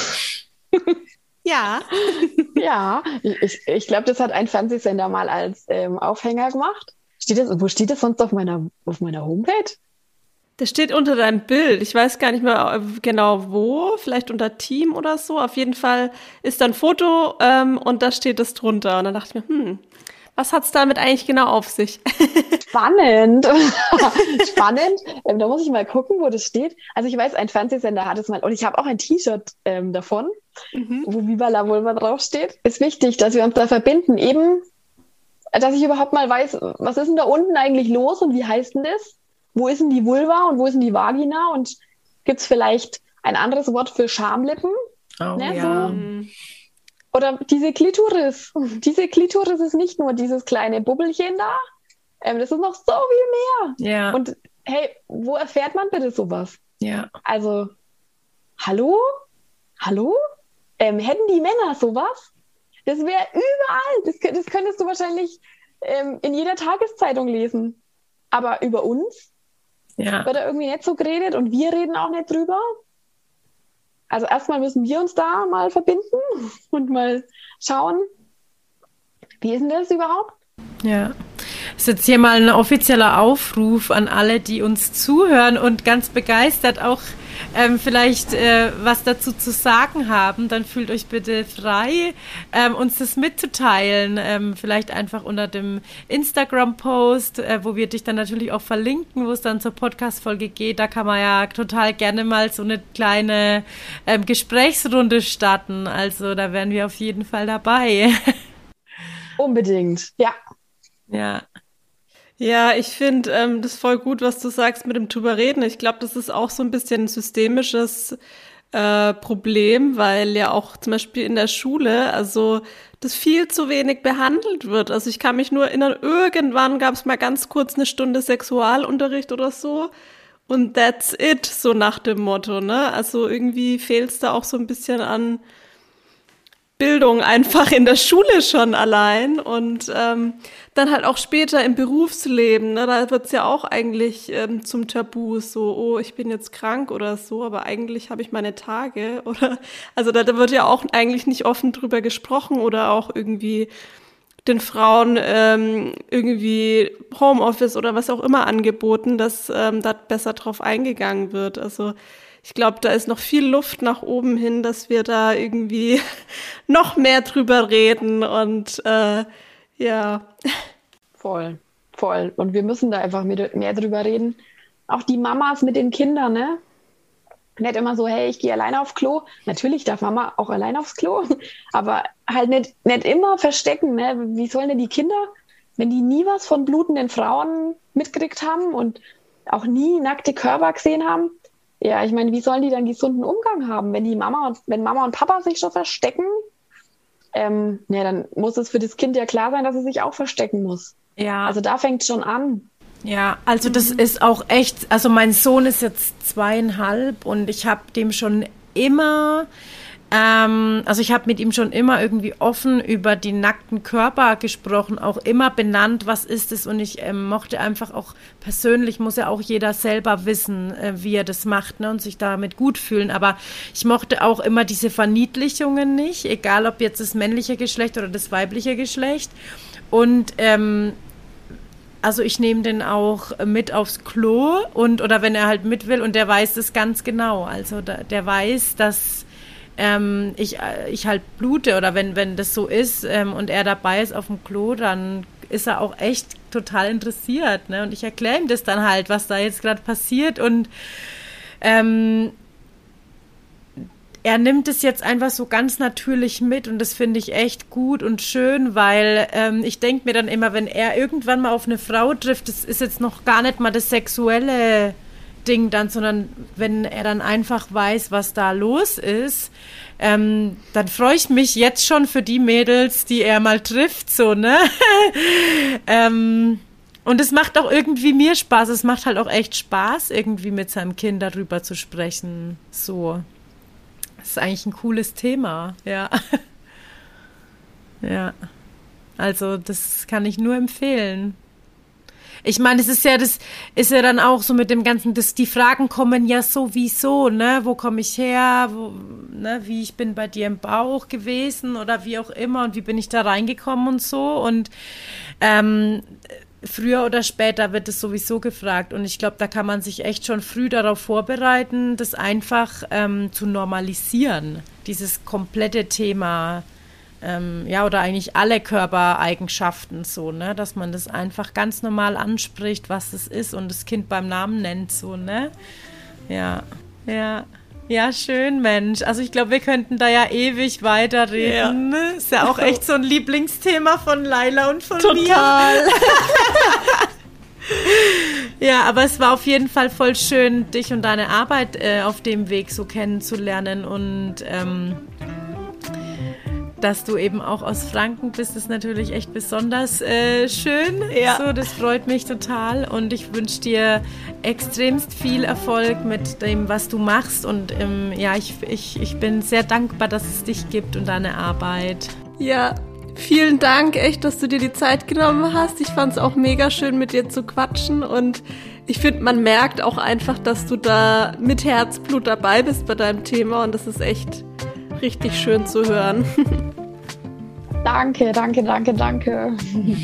Ja. Ja, ich, ich glaube, das hat ein Fernsehsender mal als ähm, Aufhänger gemacht. Steht das, wo steht das sonst auf meiner, auf meiner Homepage? Der steht unter deinem Bild. Ich weiß gar nicht mehr genau wo, vielleicht unter Team oder so. Auf jeden Fall ist da ein Foto ähm, und da steht es drunter. Und dann dachte ich mir, hm, was hat's damit eigentlich genau auf sich? Spannend. Spannend. Ähm, da muss ich mal gucken, wo das steht. Also ich weiß, ein Fernsehsender hat es mal, und ich habe auch ein T-Shirt ähm, davon, mhm. wo Viva la Vulva draufsteht. Ist wichtig, dass wir uns da verbinden. Eben, dass ich überhaupt mal weiß, was ist denn da unten eigentlich los und wie heißt denn das? Wo ist denn die Vulva und wo ist denn die Vagina? Und gibt es vielleicht ein anderes Wort für Schamlippen? Oh, ne, ja. so. Oder diese Klitoris. Diese Klitoris ist nicht nur dieses kleine Bubbelchen da. Ähm, das ist noch so viel mehr. Ja. Und hey, wo erfährt man bitte sowas? Ja. Also, hallo? Hallo? Ähm, hätten die Männer sowas? Das wäre überall. Das, das könntest du wahrscheinlich ähm, in jeder Tageszeitung lesen. Aber über uns? Ja. Wird da irgendwie nicht so geredet und wir reden auch nicht drüber. Also erstmal müssen wir uns da mal verbinden und mal schauen, wie ist denn das überhaupt? Ja, das ist jetzt hier mal ein offizieller Aufruf an alle, die uns zuhören und ganz begeistert auch ähm, vielleicht äh, was dazu zu sagen haben. Dann fühlt euch bitte frei, ähm, uns das mitzuteilen. Ähm, vielleicht einfach unter dem Instagram-Post, äh, wo wir dich dann natürlich auch verlinken, wo es dann zur Podcast-Folge geht. Da kann man ja total gerne mal so eine kleine ähm, Gesprächsrunde starten. Also da wären wir auf jeden Fall dabei. Unbedingt, ja. Ja. Ja, ich finde ähm, das voll gut, was du sagst mit dem drüber reden. Ich glaube, das ist auch so ein bisschen ein systemisches äh, Problem, weil ja auch zum Beispiel in der Schule, also das viel zu wenig behandelt wird. Also ich kann mich nur erinnern, irgendwann gab es mal ganz kurz eine Stunde Sexualunterricht oder so und that's it, so nach dem Motto, ne? Also irgendwie fehlt es da auch so ein bisschen an Bildung einfach in der Schule schon allein und ähm, dann halt auch später im Berufsleben, ne, da wird's ja auch eigentlich ähm, zum Tabu, so, oh, ich bin jetzt krank oder so, aber eigentlich habe ich meine Tage oder, also da, da wird ja auch eigentlich nicht offen drüber gesprochen oder auch irgendwie den Frauen ähm, irgendwie Homeoffice oder was auch immer angeboten, dass ähm, da besser drauf eingegangen wird, also ich glaube, da ist noch viel Luft nach oben hin, dass wir da irgendwie noch mehr drüber reden und äh, ja. Voll, voll. Und wir müssen da einfach mehr, mehr drüber reden. Auch die Mamas mit den Kindern, ne? Nicht immer so, hey, ich gehe alleine aufs Klo. Natürlich darf Mama auch alleine aufs Klo, aber halt nicht, nicht immer verstecken, ne? Wie sollen denn die Kinder, wenn die nie was von blutenden Frauen mitgekriegt haben und auch nie nackte Körper gesehen haben? Ja, ich meine, wie sollen die dann gesunden Umgang haben, wenn die Mama und wenn Mama und Papa sich schon verstecken? Ähm, ja, dann muss es für das Kind ja klar sein, dass es sich auch verstecken muss. Ja. Also da fängt es schon an. Ja, also das ist auch echt, also mein Sohn ist jetzt zweieinhalb und ich habe dem schon immer, ähm, also ich habe mit ihm schon immer irgendwie offen über die nackten Körper gesprochen, auch immer benannt, was ist es, und ich ähm, mochte einfach auch persönlich, muss ja auch jeder selber wissen, äh, wie er das macht, ne, und sich damit gut fühlen, aber ich mochte auch immer diese Verniedlichungen nicht, egal ob jetzt das männliche Geschlecht oder das weibliche Geschlecht, und ähm, also ich nehme den auch mit aufs Klo und oder wenn er halt mit will und der weiß das ganz genau, also da, der weiß, dass Ähm, ich, ich halt blute oder wenn, wenn das so ist ähm, und er dabei ist auf dem Klo, dann ist er auch echt total interessiert, ne? Und ich erkläre ihm das dann halt, was da jetzt gerade passiert und ähm, er nimmt es jetzt einfach so ganz natürlich mit und das finde ich echt gut und schön, weil ähm, ich denke mir dann immer, wenn er irgendwann mal auf eine Frau trifft, das ist jetzt noch gar nicht mal das sexuelle Ding dann, sondern wenn er dann einfach weiß, was da los ist, ähm, dann freue ich mich jetzt schon für die Mädels, die er mal trifft, so, ne? ähm, und es macht auch irgendwie mir Spaß, es macht halt auch echt Spaß, irgendwie mit seinem Kind darüber zu sprechen, so. Das ist eigentlich ein cooles Thema, ja. Ja, also das kann ich nur empfehlen. Ich meine, es ist ja, das ist ja dann auch so mit dem Ganzen, dass die Fragen kommen ja sowieso, ne, wo komme ich her, wo, ne, wie ich bin bei dir im Bauch gewesen oder wie auch immer und wie bin ich da reingekommen und so und ähm, früher oder später wird es sowieso gefragt. Und ich glaube, da kann man sich echt schon früh darauf vorbereiten, das einfach ähm, zu normalisieren. Dieses komplette Thema, ähm, ja, oder eigentlich alle Körpereigenschaften so, ne, dass man das einfach ganz normal anspricht, was es ist und das Kind beim Namen nennt, so, ne? Ja, ja. Ja, schön, Mensch. Also ich glaube, wir könnten da ja ewig weiterreden. Ja. Ist ja auch echt so ein Lieblingsthema von Laila und von Total. mir. Total. Ja, aber es war auf jeden Fall voll schön, dich und deine Arbeit äh, auf dem Weg so kennenzulernen und ähm, dass du eben auch aus Franken bist, ist natürlich echt besonders äh, schön. Ja. So, das freut mich total und ich wünsche dir extremst viel Erfolg mit dem, was du machst und ähm, ja, ich, ich, ich bin sehr dankbar, dass es dich gibt und deine Arbeit. Ja, vielen Dank, echt, dass du dir die Zeit genommen hast. Ich fand es auch mega schön, mit dir zu quatschen und ich finde, man merkt auch einfach, dass du da mit Herzblut dabei bist bei deinem Thema und das ist echt richtig schön zu hören. Danke, danke, danke, danke.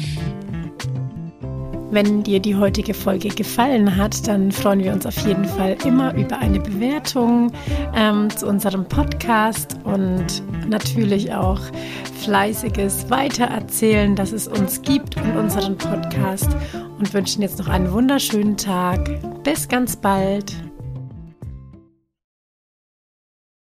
Wenn dir die heutige Folge gefallen hat, dann freuen wir uns auf jeden Fall immer über eine Bewertung ähm, zu unserem Podcast und natürlich auch fleißiges Weitererzählen, dass es uns gibt und unseren Podcast und wünschen jetzt noch einen wunderschönen Tag. Bis ganz bald.